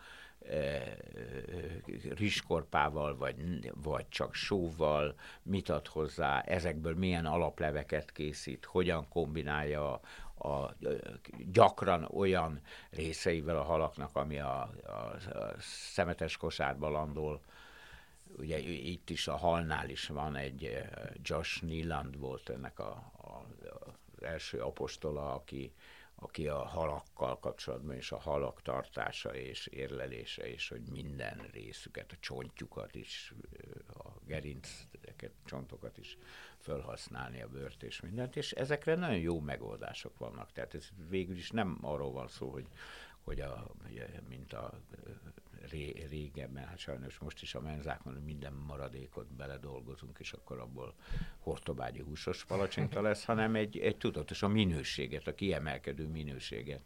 rizskorpával, vagy csak sóval, mit ad hozzá, ezekből milyen alapleveket készít, hogyan kombinálja gyakran olyan részeivel a halaknak, ami a szemetes kosárba landol. Ugye itt is a halnál is van egy Josh Nealand volt ennek az első apostola, aki a halakkal kapcsolatban, és a halak tartása és érlelése, és hogy minden részüket, a csontjukat is, a gerinceket, csontokat is felhasználni, a bőrt és mindent, és ezekre nagyon jó megoldások vannak. Tehát ez végül is nem arról van szó, hogy mint a régebben, hát sajnos most is a menzákon minden maradékot beledolgozunk, és akkor abból hortobágyi húsos palacsinta lesz, hanem egy tudatos a minőséget, a kiemelkedő minőséget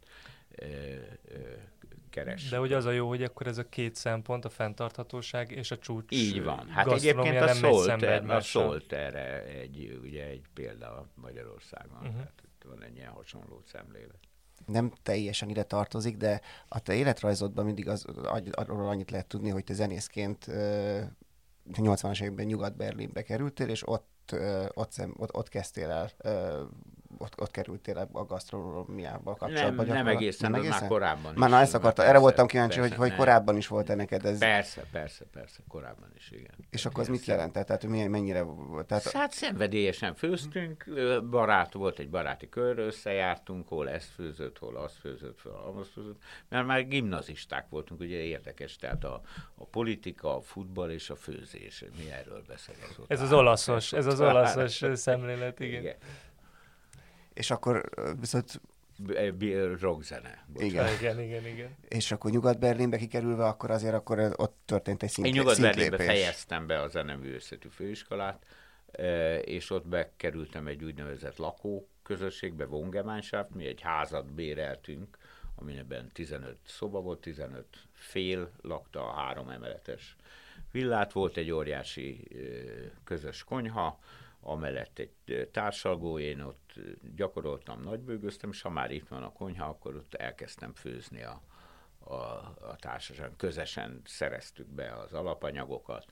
keres. De ugye az a jó, hogy akkor ez a két szempont, a fenntarthatóság és a csúcs. Így van. Hát egyébként a Szolt erre egy példa Magyarországon. Tehát van egy ilyen hasonló szemlélet. Nem teljesen ide tartozik, de a te életrajzodban mindig arról annyit lehet tudni, hogy te zenészként 80-as években Nyugat-Berlinbe kerültél, és ott kezdtél el, ott kerültél el a gasztronómiával kapcsolatban. Nem egészen, már korábban is. Már ezt akartam, erre voltam kíváncsi, hogy korábban is volt neked ez. Persze, korábban is, igen. És akkor az mit jelentett? Tehát mennyire... Hát szenvedélyesen főztünk, volt egy baráti kör, összejártunk, hol ezt főzött, hol azt főzött, hol azt főzött, mert már gimnazisták voltunk, ugye érdekes, tehát a politika, a futball és a főzés, mi erről beszélünk. Ez az olaszos szemlélet, igen. És akkor viszont... rockzene. Igen. És akkor Nyugat-Berlinbe kikerülve, akkor ott történt egy szintlépés. Én Nyugat-Berlinbe fejeztem be a zeneművészeti főiskolát, és ott bekerültem egy úgynevezett lakóközösségbe, Wohngemeinschaft, mi egy házat béreltünk, aminek 15 szoba volt, 15 fél lakta a 3 emeletes villát, volt egy óriási közös konyha, amellett egy társalgó, én ott gyakoroltam, nagybőgöztem, és ha már itt van a konyha, akkor ott elkezdtem főzni a társaság. Közösen szereztük be az alapanyagokat,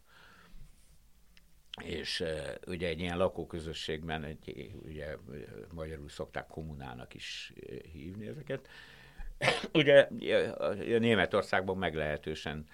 és ugye egy ilyen lakóközösségben, ugye magyarul szokták kommunának is hívni ezeket. Ugye Németországban meglehetősen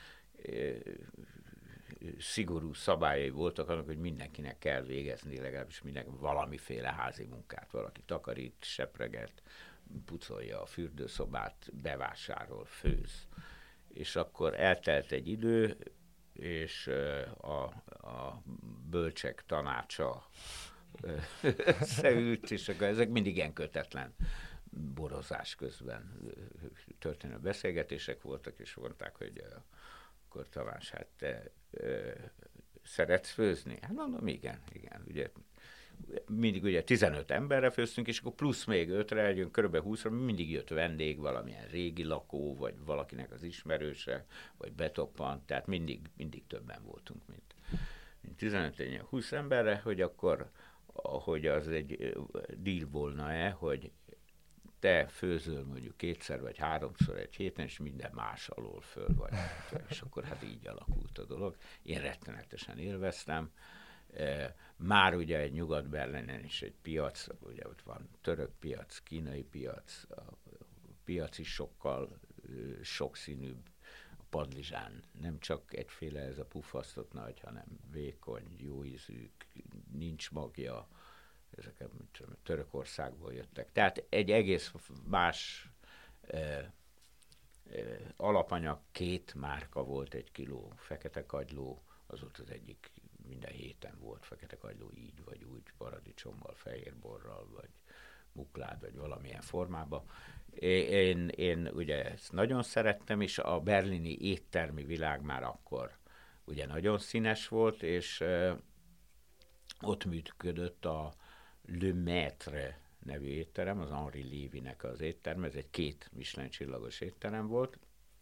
szigorú szabályai voltak annak, hogy mindenkinek kell végezni legalábbis valamiféle házi munkát. Valaki takarít, sepreget, pucolja a fürdőszobát, bevásárol, főz. És akkor eltelt egy idő, és a bölcsek tanácsa összeült, és akkor ezek mindig ilyen kötetlen borozás közben történő beszélgetések voltak, és mondták, hogy akkor Tamás, hát te szeretsz főzni? Hát mondom, igen. Ugye, mindig ugye 15 emberre főztünk, és akkor plusz még 5-re, kb. 20-ra, mindig jött vendég, valamilyen régi lakó, vagy valakinek az ismerőse, vagy betoppant, tehát mindig többen voltunk, mint 15-20 emberre, hogy akkor, hogy az egy deal volna-e, hogy te főzöl mondjuk 2-szer vagy 3-szor egy héten, és minden más alól föl vagy. És akkor hát így alakult a dolog. Én rettenetesen élveztem. Már ugye egy Nyugat-Berlinen is egy piac, ugye ott van török piac, kínai piac, a piac is sokkal sokszínűbb. A padlizsán nem csak egyféle ez a puffasztott nagy, hanem vékony, jó ízű, nincs magja, ezek Törökországból jöttek. Tehát egy egész más alapanyag 2 márka volt 1 kiló, fekete kagyló, az ott az egyik, minden héten volt fekete kagyló így vagy úgy, paradicsommal, fehérborral, vagy muklád, vagy valamilyen formában. Én ugye ezt nagyon szerettem, és a berlini éttermi világ már akkor ugye nagyon színes volt, és ott működött a Le Maître nevű étterem, az Henri Lévynek az étterem, ez egy 2 Michelin csillagos étterem volt.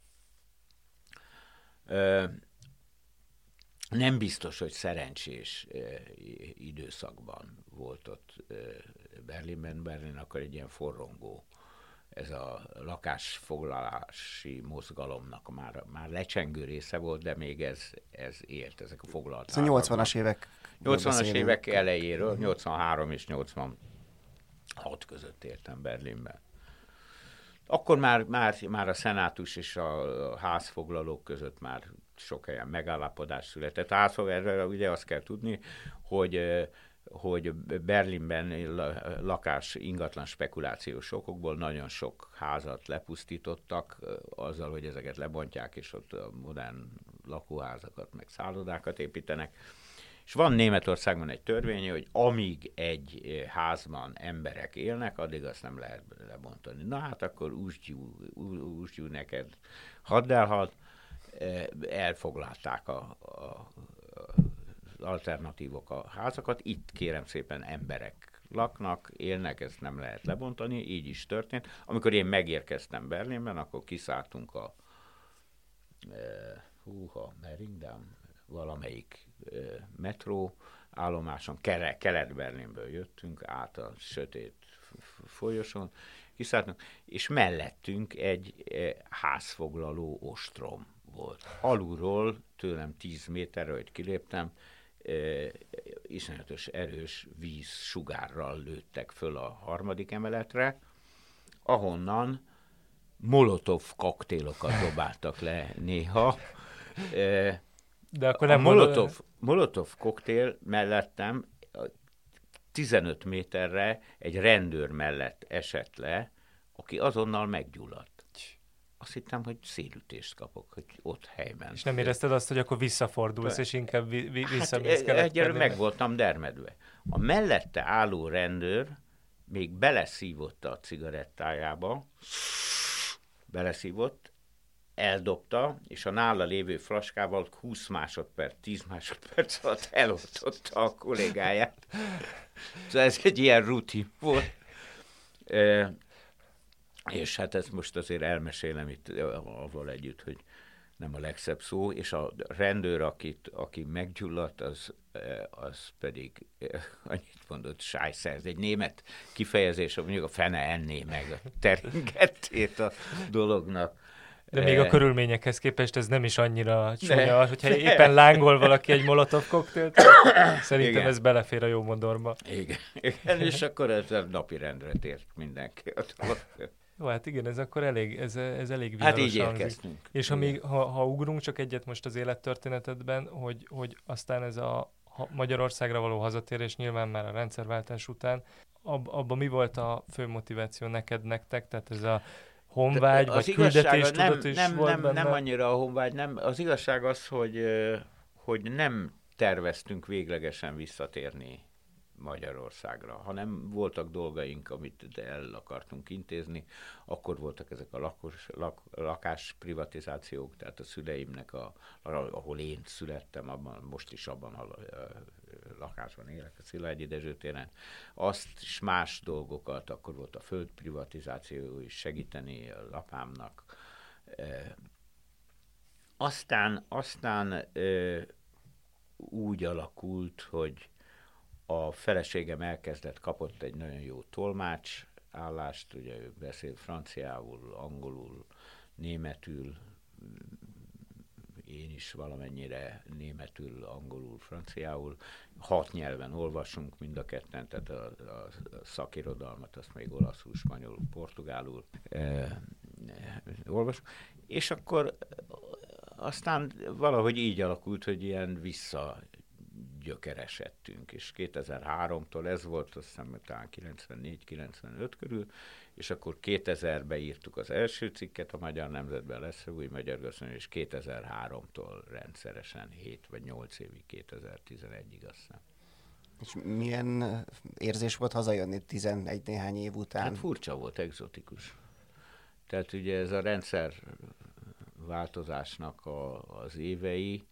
Nem biztos, hogy szerencsés időszakban volt ott Berlinben. Berlin akkor egy ilyen forrongó, ez a lakásfoglalási mozgalomnak már lecsengő része volt, de még ez élt, ezek a foglalt házak. 80-as évek. 80-as évek elejéről, 83 és 86 között éltem Berlinben. Akkor már a szenátus és a házfoglalók között már sok helyen megállapodás született. A házfoglalóra ugye azt kell tudni, hogy Berlinben lakás ingatlan spekulációs okokból nagyon sok házat lepusztítottak azzal, hogy ezeket lebontják, és ott modern lakóházakat, meg szállodákat építenek. És van Németországban egy törvény, hogy amíg egy házban emberek élnek, addig azt nem lehet lebontani. Na hát akkor úsgyú neked, hadd elhad, elfoglalták az alternatívok a házakat. Itt kérem szépen emberek laknak, élnek, ezt nem lehet lebontani, így is történt. Amikor én megérkeztem Berlinben, akkor kiszálltunk a Mehringdamm, valamelyik metró állomáson, Kelet-Berlinből jöttünk át a sötét folyosón, kiszálltunk, és mellettünk egy házfoglaló ostrom volt. Alulról, tőlem 10 méterre, hogy kiléptem, iszonyatos erős vízsugárral lőttek föl a 3. emeletre, ahonnan molotov koktélokat dobáltak le néha. De akkor nem molotov koktél mellettem 15 méterre egy rendőr mellett esett le, aki azonnal meggyulladt. Azt hittem, hogy szélütést kapok, hogy ott helyben. És nem érezted azt, hogy akkor visszafordulsz, és inkább visszamész Kelet-Berlinbe? Meg voltam dermedve. A mellette álló rendőr még beleszívott a cigarettájába, eldobta, és a nála lévő flaskával 20 másodperc, 10 másodperc alatt eloltotta a kollégáját. Szóval ez egy ilyen rutin volt. És hát ezt most azért elmesélem itt avval együtt, hogy nem a legszebb szó, és a rendőr, aki meggyulladt, az pedig annyit mondott, Scheisse, ez egy német kifejezés, mondjuk a fene enné meg a teringettét a dolognak. De még a körülményekhez képest ez nem is annyira csúnya, hogyha éppen lángol valaki egy molotov koktélt, szerintem igen. Ez belefér a jó modorba. Igen, és akkor ez a napi rendre tért mindenki a dolog. Jó, hát igen, ez akkor elég viharos. Hát így érkeztünk. És ha ugrunk csak egyet most az élettörténetedben, hogy aztán ez a Magyarországra való hazatérés nyilván már a rendszerváltás után, abban mi volt a fő motiváció nektek? Tehát ez a honvágy, vagy küldetéstudat is volt benne? Nem annyira a honvágy, nem. Az igazság az, hogy nem terveztünk véglegesen visszatérni Magyarországra, hanem voltak dolgaink, amit el akartunk intézni. Akkor voltak ezek a lakásprivatizációk, tehát a szüleimnek, ahol én születtem, most is abban a lakásban élek, a Szilágyi Dezső téren. Azt is más dolgokat, akkor volt a földprivatizáció is, segíteni a apámnak. Aztán úgy alakult, hogy a feleségem kapott egy nagyon jó tolmács állást, ugye ő beszél franciául, angolul, németül, én is valamennyire németül, angolul, franciául. 6 nyelven olvasunk mind a ketten, tehát a szakirodalmat azt még olaszul, spanyolul, portugálul olvasunk. És akkor aztán valahogy így alakult, hogy ilyen gyökeresedtünk, és 2003-tól ez volt, azt hiszem, talán 94-95 körül, és akkor 2000-ben írtuk az első cikket, a Magyar Nemzetben lesz új magyar gasztronómia, és 2003-tól rendszeresen 7 vagy 8 évig, 2011-ig azt hiszem. És milyen érzés volt hazajönni 11 néhány év után? Hát furcsa volt, egzotikus. Tehát ugye ez a rendszer változásnak az évei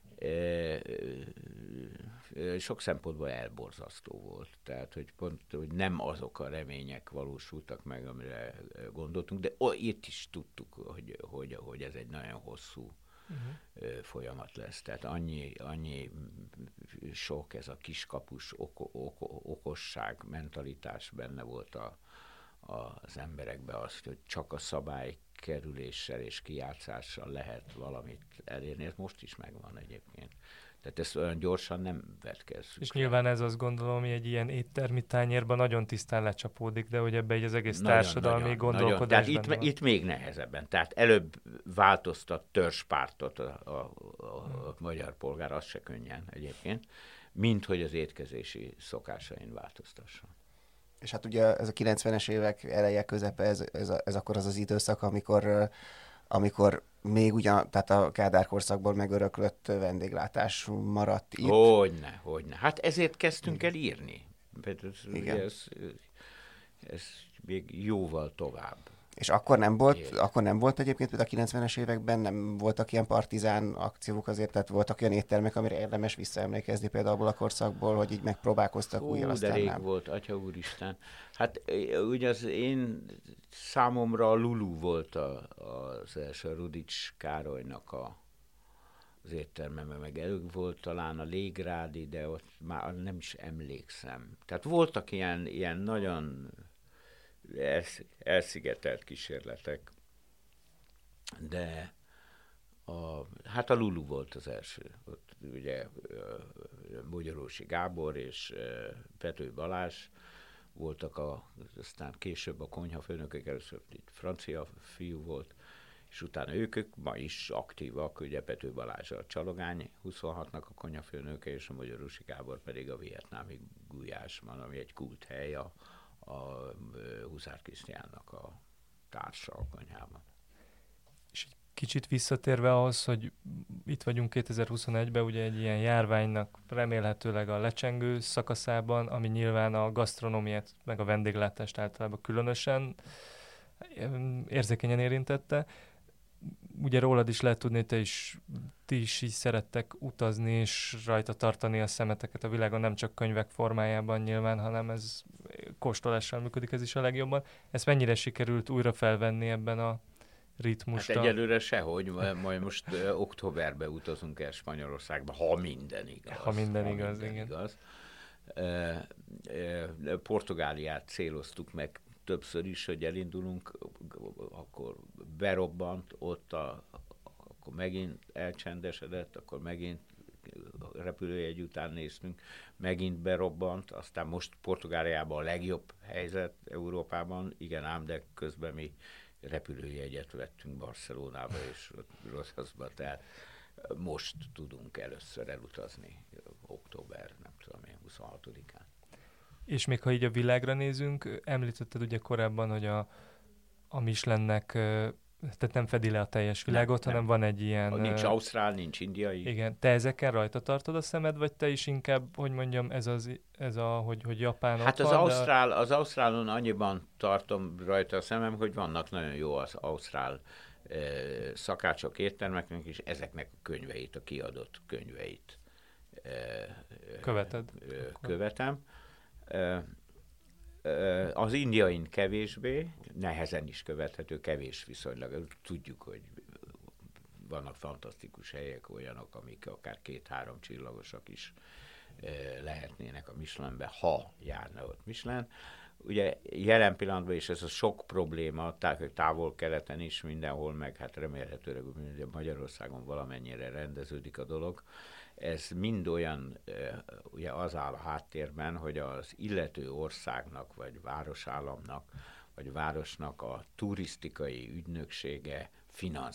sok szempontból elborzasztó volt. Tehát, hogy pont hogy nem azok a remények valósultak meg, amire gondoltunk, de itt is tudtuk, hogy ez egy nagyon hosszú folyamat lesz. Tehát annyi sok ez a kiskapus okosság, mentalitás benne volt az emberekben, az, hogy csak a szabály kerüléssel és kijátszással lehet valamit elérni. Ez most is megvan egyébként. Tehát ezt olyan gyorsan nem vetkezzük. És nyilván ez azt gondolom, hogy egy ilyen éttermi tányérban nagyon tisztán lecsapódik, de hogy ebbe az egész társadalmi gondolkodás Tehát itt még nehezebben. Tehát előbb változtat törzspártot a magyar polgár, az se könnyen egyébként, mint hogy az étkezési szokásain változtasson. És hát ugye ez a 90-es évek eleje, közepe, ez akkor az időszak, amikor még tehát a Kádár korszakból megöröklött vendéglátás maradt itt. Hogyne. Hát ezért kezdtünk el írni. Ez még jóval tovább. És akkor nem volt egyébként, például a 90-es években nem voltak ilyen partizán akciók azért, tehát voltak olyan éttermek, amire érdemes visszaemlékezni például abból a korszakból, hogy így megpróbálkoztak újra, aztán de rég nem. volt, Atya Úristen. Hát ugye az én számomra a Lulu volt az első, a Rudics Károlynak az étterme, meg előbb volt talán a Légrádi, de ott már nem is emlékszem. Tehát voltak ilyen nagyon elszigetelt kísérletek, de hát a Lulu volt az első. Ott ugye Magyarósi Gábor és Pető Balázs voltak, aztán később a konyhafőnökök, először itt francia fiú volt, és utána ők ma is aktívak, ugye Pető Balázs a Csalogány 26-nak a konyhafőnöke, és a Magyarósi Gábor pedig a vietnámi Gulyásban, ami egy kulthely a Huszár Krisztiánnak a társa a konyhában. És egy kicsit visszatérve ahhoz, hogy itt vagyunk 2021-ben, ugye egy ilyen járványnak remélhetőleg a lecsengő szakaszában, ami nyilván a gasztronómiát, meg a vendéglátást általában különösen érzékenyen érintette. Ugye rólad is lehet tudni, hogy ti is így szerettek utazni, és rajta tartani a szemeteket a világon, nem csak könyvek formájában nyilván, hanem ez kóstolással működik, ez is a legjobban. Ezt mennyire sikerült újra felvenni ebben a ritmusban? Hát egyelőre sehogy, majd most októberben utazunk el Spanyolországba, ha minden igaz. Ha minden igaz. Portugáliát céloztuk meg többször is, hogy elindulunk, akkor berobbant, ott akkor megint elcsendesedett, akkor megint repülőjegy után néztünk, megint berobbant, aztán most Portugáliában a legjobb helyzet Európában, igen ám, de közben mi repülőjegyet vettünk Barcelonába és Rosszaszba, tehát most tudunk először elutazni október, nem tudom én, 26-án. És még ha így a világra nézünk, említetted ugye korábban, hogy a Michelinnek, tehát nem fedi le a teljes világot, hanem van egy ilyen... Nincs ausztrál, nincs indiai. Igen. Te ezeken rajta tartod a szemed, vagy te is inkább, hogy mondjam, hogy Japán hát ott van, az ausztrálon annyiban tartom rajta a szemem, hogy vannak nagyon jó az ausztrál szakácsok, éttermeknek, és ezeknek a könyveit, a kiadott könyveit követem. Az indiain kevésbé, nehezen is követhető, kevés viszonylag. Tudjuk, hogy vannak fantasztikus helyek, olyanok, amik akár 2-3 csillagosak is lehetnének a Michelinben, ha járna ott Michelin. Ugye jelen pillanatban is ez a sok probléma, távol-keleten is mindenhol, meg hát remélhetőleg Magyarországon valamennyire rendeződik a dolog. Ez mind olyan, ugye az áll a háttérben, hogy az illető országnak, vagy városállamnak, vagy városnak a turisztikai ügynöksége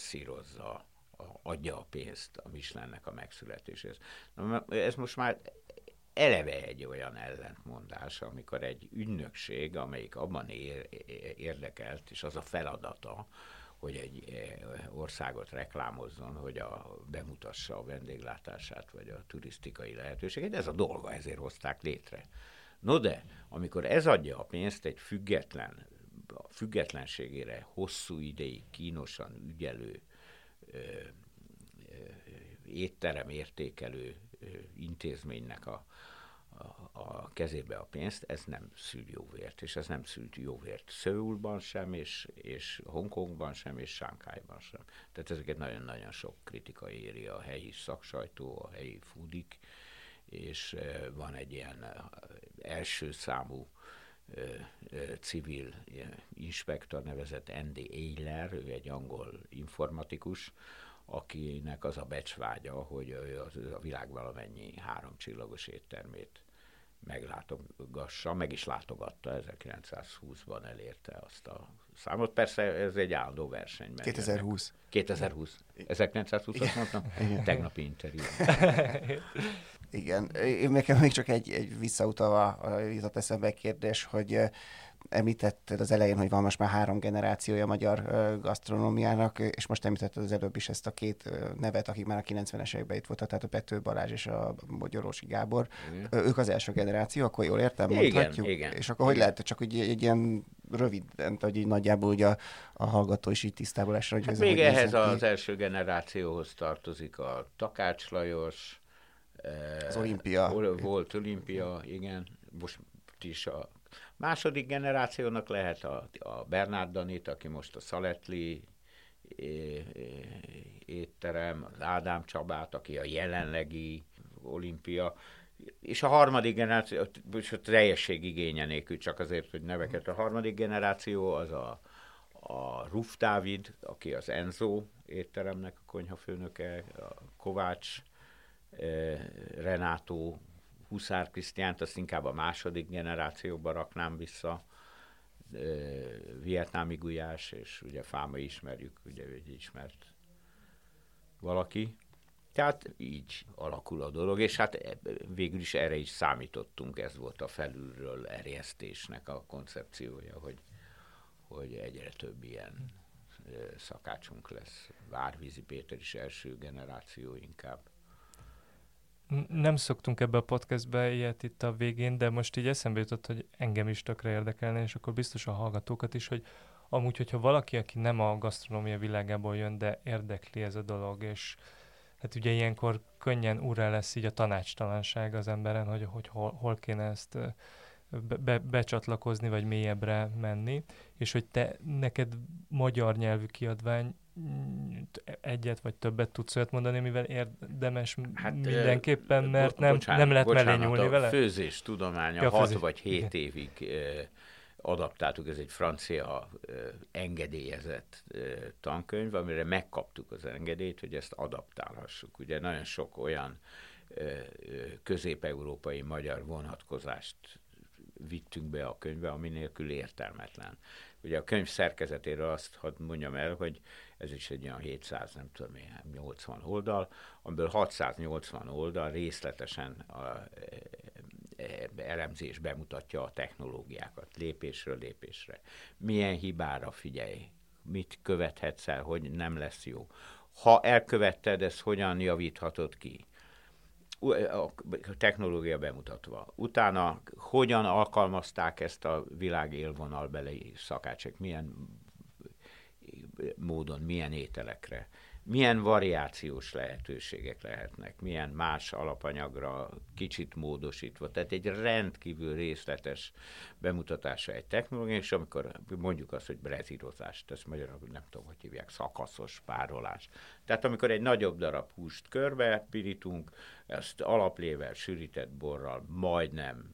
finanszírozza, adja a pénzt a Michelinnek a megszületéséhez. Ez most már eleve egy olyan ellentmondás, amikor egy ügynökség, amelyik abban érdekelt, és az a feladata, hogy egy országot reklámozzon, hogy bemutassa a vendéglátását, vagy a turisztikai lehetőséget, ez a dolga, ezért hozták létre. No de, amikor ez adja a pénzt egy a függetlenségére hosszú ideig kínosan ügyelő, étterem értékelő intézménynek a kezébe a pénzt, ez nem szül jó vért, és ez nem szült jó vért Szöulban sem, és Hongkongban sem, és Sánkhájban sem. Tehát ezeket nagyon-nagyon sok kritika éri, a helyi szaksajtó, a helyi foodik, és van egy ilyen első számú civil inspektor nevezett Andy Eiler, ő egy angol informatikus, akinek az a becsvágya, hogy ő a világ valamennyi 3 csillagos éttermét meglátogassa, meg is látogatta, 1920-ban elérte azt a számot. Persze ez egy állandó verseny. 2020. 2020. 1920, azt mondtam? Tegnapi interjú. Igen. Nekem még csak egy visszautalva jutott eszembe egy kérdés, hogy említetted az elején, hogy van most már 3 generációja a magyar gasztronómiának, és most említetted az előbb is ezt a 2 nevet, akik már a 90-es években itt voltak, tehát a Pető Balázs és a Magyarósi Gábor. Igen. Ők az első generáció, akkor jól értem, mondhatjuk? Igen. És akkor hogy lehet, csak egy ilyen röviden, hogy így nagyjából ugye a hallgató is így tisztából esre, hogy hát még ehhez az első generációhoz tartozik a Takács Lajos, az Olimpia. Volt Olimpia, igen. Most is a második generációnak lehet a Bernárd Danit, aki most a Szaletli étterem, az Ádám Csabát, aki a jelenlegi Olimpia, és a harmadik generáció, és a teljesség igénye nélkül, csak azért, hogy neveket. A harmadik generáció az a Ruf Dávid, aki az Enzo étteremnek a konyhafőnöke, a Kovács Renátó, Huszár Krisztiánt, azt inkább a második generációba raknám vissza, vietnámi Gulyás, és ugye Fáma ismerjük, ugye egy ismert valaki. Tehát így alakul a dolog, és hát végül is erre is számítottunk, ez volt a felülről erjesztésnek a koncepciója, hogy egyre több ilyen szakácsunk lesz. Várvízi Péter is első generáció inkább. Nem szoktunk ebbe a podcastbe ilyet itt a végén, de most így eszembe jutott, hogy engem is tökre érdekelne, és akkor biztos a hallgatókat is, hogy amúgy, hogyha valaki, aki nem a gasztronómia világából jön, de érdekli ez a dolog, és hát ugye ilyenkor könnyen úrrá lesz így a tanácstalanság az emberen, hogy hol kéne ezt becsatlakozni, vagy mélyebbre menni, és hogy neked magyar nyelvű kiadvány egyet vagy többet tudsz olyat mondani, mivel érdemes mindenképpen, mert nem lehet mellé nyúlni vele? A főzés tudománya 6 vagy 7 évig adaptáltuk, ez egy francia engedélyezett tankönyv, amire megkaptuk az engedélyt, hogy ezt adaptálhassuk. Ugye nagyon sok olyan közép-európai magyar vonatkozást vittünk be a könyvbe, ami nélkül értelmetlen. Ugye a könyv szerkezetéről azt hadd mondjam el, hogy ez is egy olyan 780 oldal, amiből 680 oldal részletesen elemzés bemutatja a technológiákat lépésről lépésre. Milyen hibára figyelj, mit követhetsz el, hogy nem lesz jó. Ha elkövetted, ezt hogyan javíthatod ki? A technológia bemutatva. Utána hogyan alkalmazták ezt a világ élvonalbeli szakácsok, milyen módon, milyen ételekre, milyen variációs lehetőségek lehetnek, milyen más alapanyagra kicsit módosítva. Tehát egy rendkívül részletes bemutatása egy technológia, és amikor mondjuk azt, hogy brezírozást, ezt magyarul nem tudom, hogy hívják, szakaszos párolás. Tehát amikor egy nagyobb darab húst körbe pirítunk, ezt alaplével, sűrített borral majdnem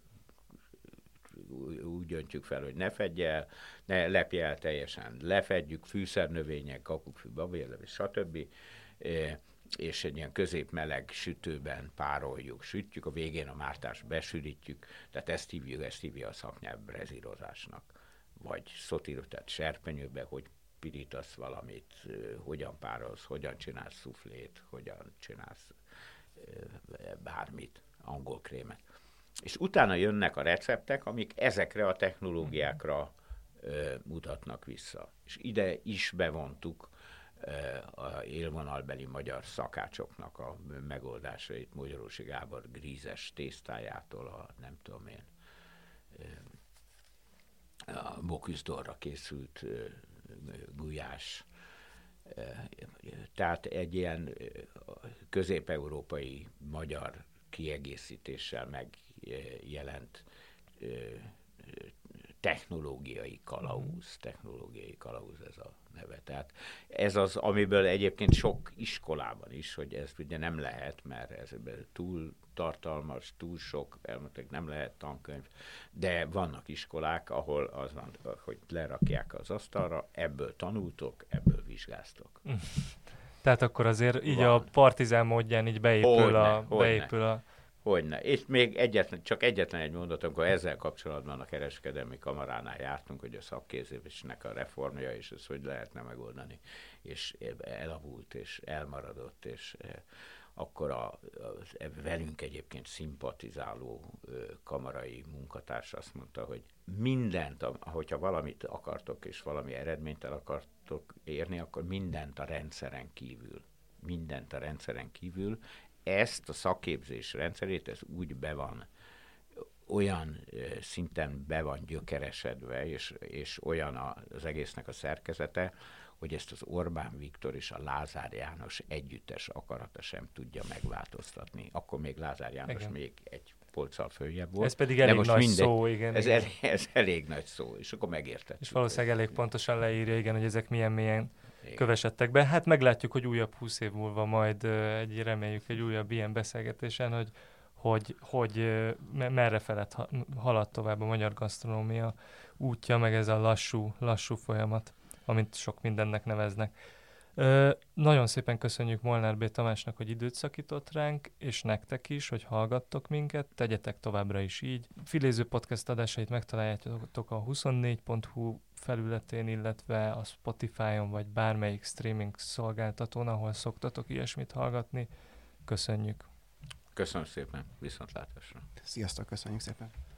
úgy döntjük fel, hogy ne fedje el, ne lepje el teljesen, lefedjük, fűszernövények, kakukkfű, babérleves, stb. És egy ilyen középmeleg sütőben pároljuk, sütjük, a végén a mártást besűrítjük, tehát ezt hívja a szaknyelv brezírozásnak. Vagy szotírozás, tehát serpenyőbe, hogy pirítasz valamit, hogyan párolsz, hogyan csinálsz szuflét, hogyan csinálsz bármit, angol krémet. És utána jönnek a receptek, amik ezekre a technológiákra mutatnak vissza. És ide is bevontuk a élvonalbeli magyar szakácsoknak a megoldásait, Magyarósi Gábor grízes tésztájától a nem tudom én, a Bocuse készült gulyás. Tehát egy ilyen közép-európai magyar kiegészítéssel megjelent technológiai kalauz ez a neve. Tehát ez az, amiből egyébként sok iskolában is, hogy ez ugye nem lehet, mert ez túl tartalmas, túl sok, elmondták, nem lehet tankönyv, de vannak iskolák, ahol az van, hogy lerakják az asztalra, ebből tanultok, ebből vizsgáztok. Tehát akkor azért így van. A partizán módján így beépül a... Hogyne. És még csak egyetlen egy mondat, amikor ezzel kapcsolatban a kereskedelmi kamaránál jártunk, hogy a szakképzésnek a reformja, és ezt hogy lehetne megoldani, és elavult, és elmaradott, és akkor velünk egyébként szimpatizáló kamarai munkatárs azt mondta, hogy mindent, hogyha valamit akartok, és valami eredményt el akartok érni, akkor mindent a rendszeren kívül, ezt a szakképzés rendszerét, ez úgy olyan szinten be van gyökeresedve, és olyan az egésznek a szerkezete, hogy ezt az Orbán Viktor és a Lázár János együttes akarata sem tudja megváltoztatni. Akkor még Lázár János igen. még egy polccal följebb volt. Ez pedig elég nagy szó, igen. Ez elég nagy szó, és akkor megértettük. És valószínűleg elég pontosan leírja, igen, hogy ezek milyen kövesedtek be. Hát meglátjuk, hogy újabb 20 év múlva majd reméljük egy újabb ilyen beszélgetésen, hogy merre felett halad tovább a magyar gasztronómia útja, meg ez a lassú folyamat, amit sok mindennek neveznek. Nagyon szépen köszönjük Molnár B. Tamásnak, hogy időt szakított ránk, és nektek is, hogy hallgattok minket, tegyetek továbbra is így. Filéző podcast adásait megtaláljátok a 24.hu felületén, illetve a Spotify-on, vagy bármelyik streaming szolgáltatón, ahol szoktatok ilyesmit hallgatni. Köszönjük! Köszönöm szépen, viszontlátásra! Sziasztok, köszönjük szépen!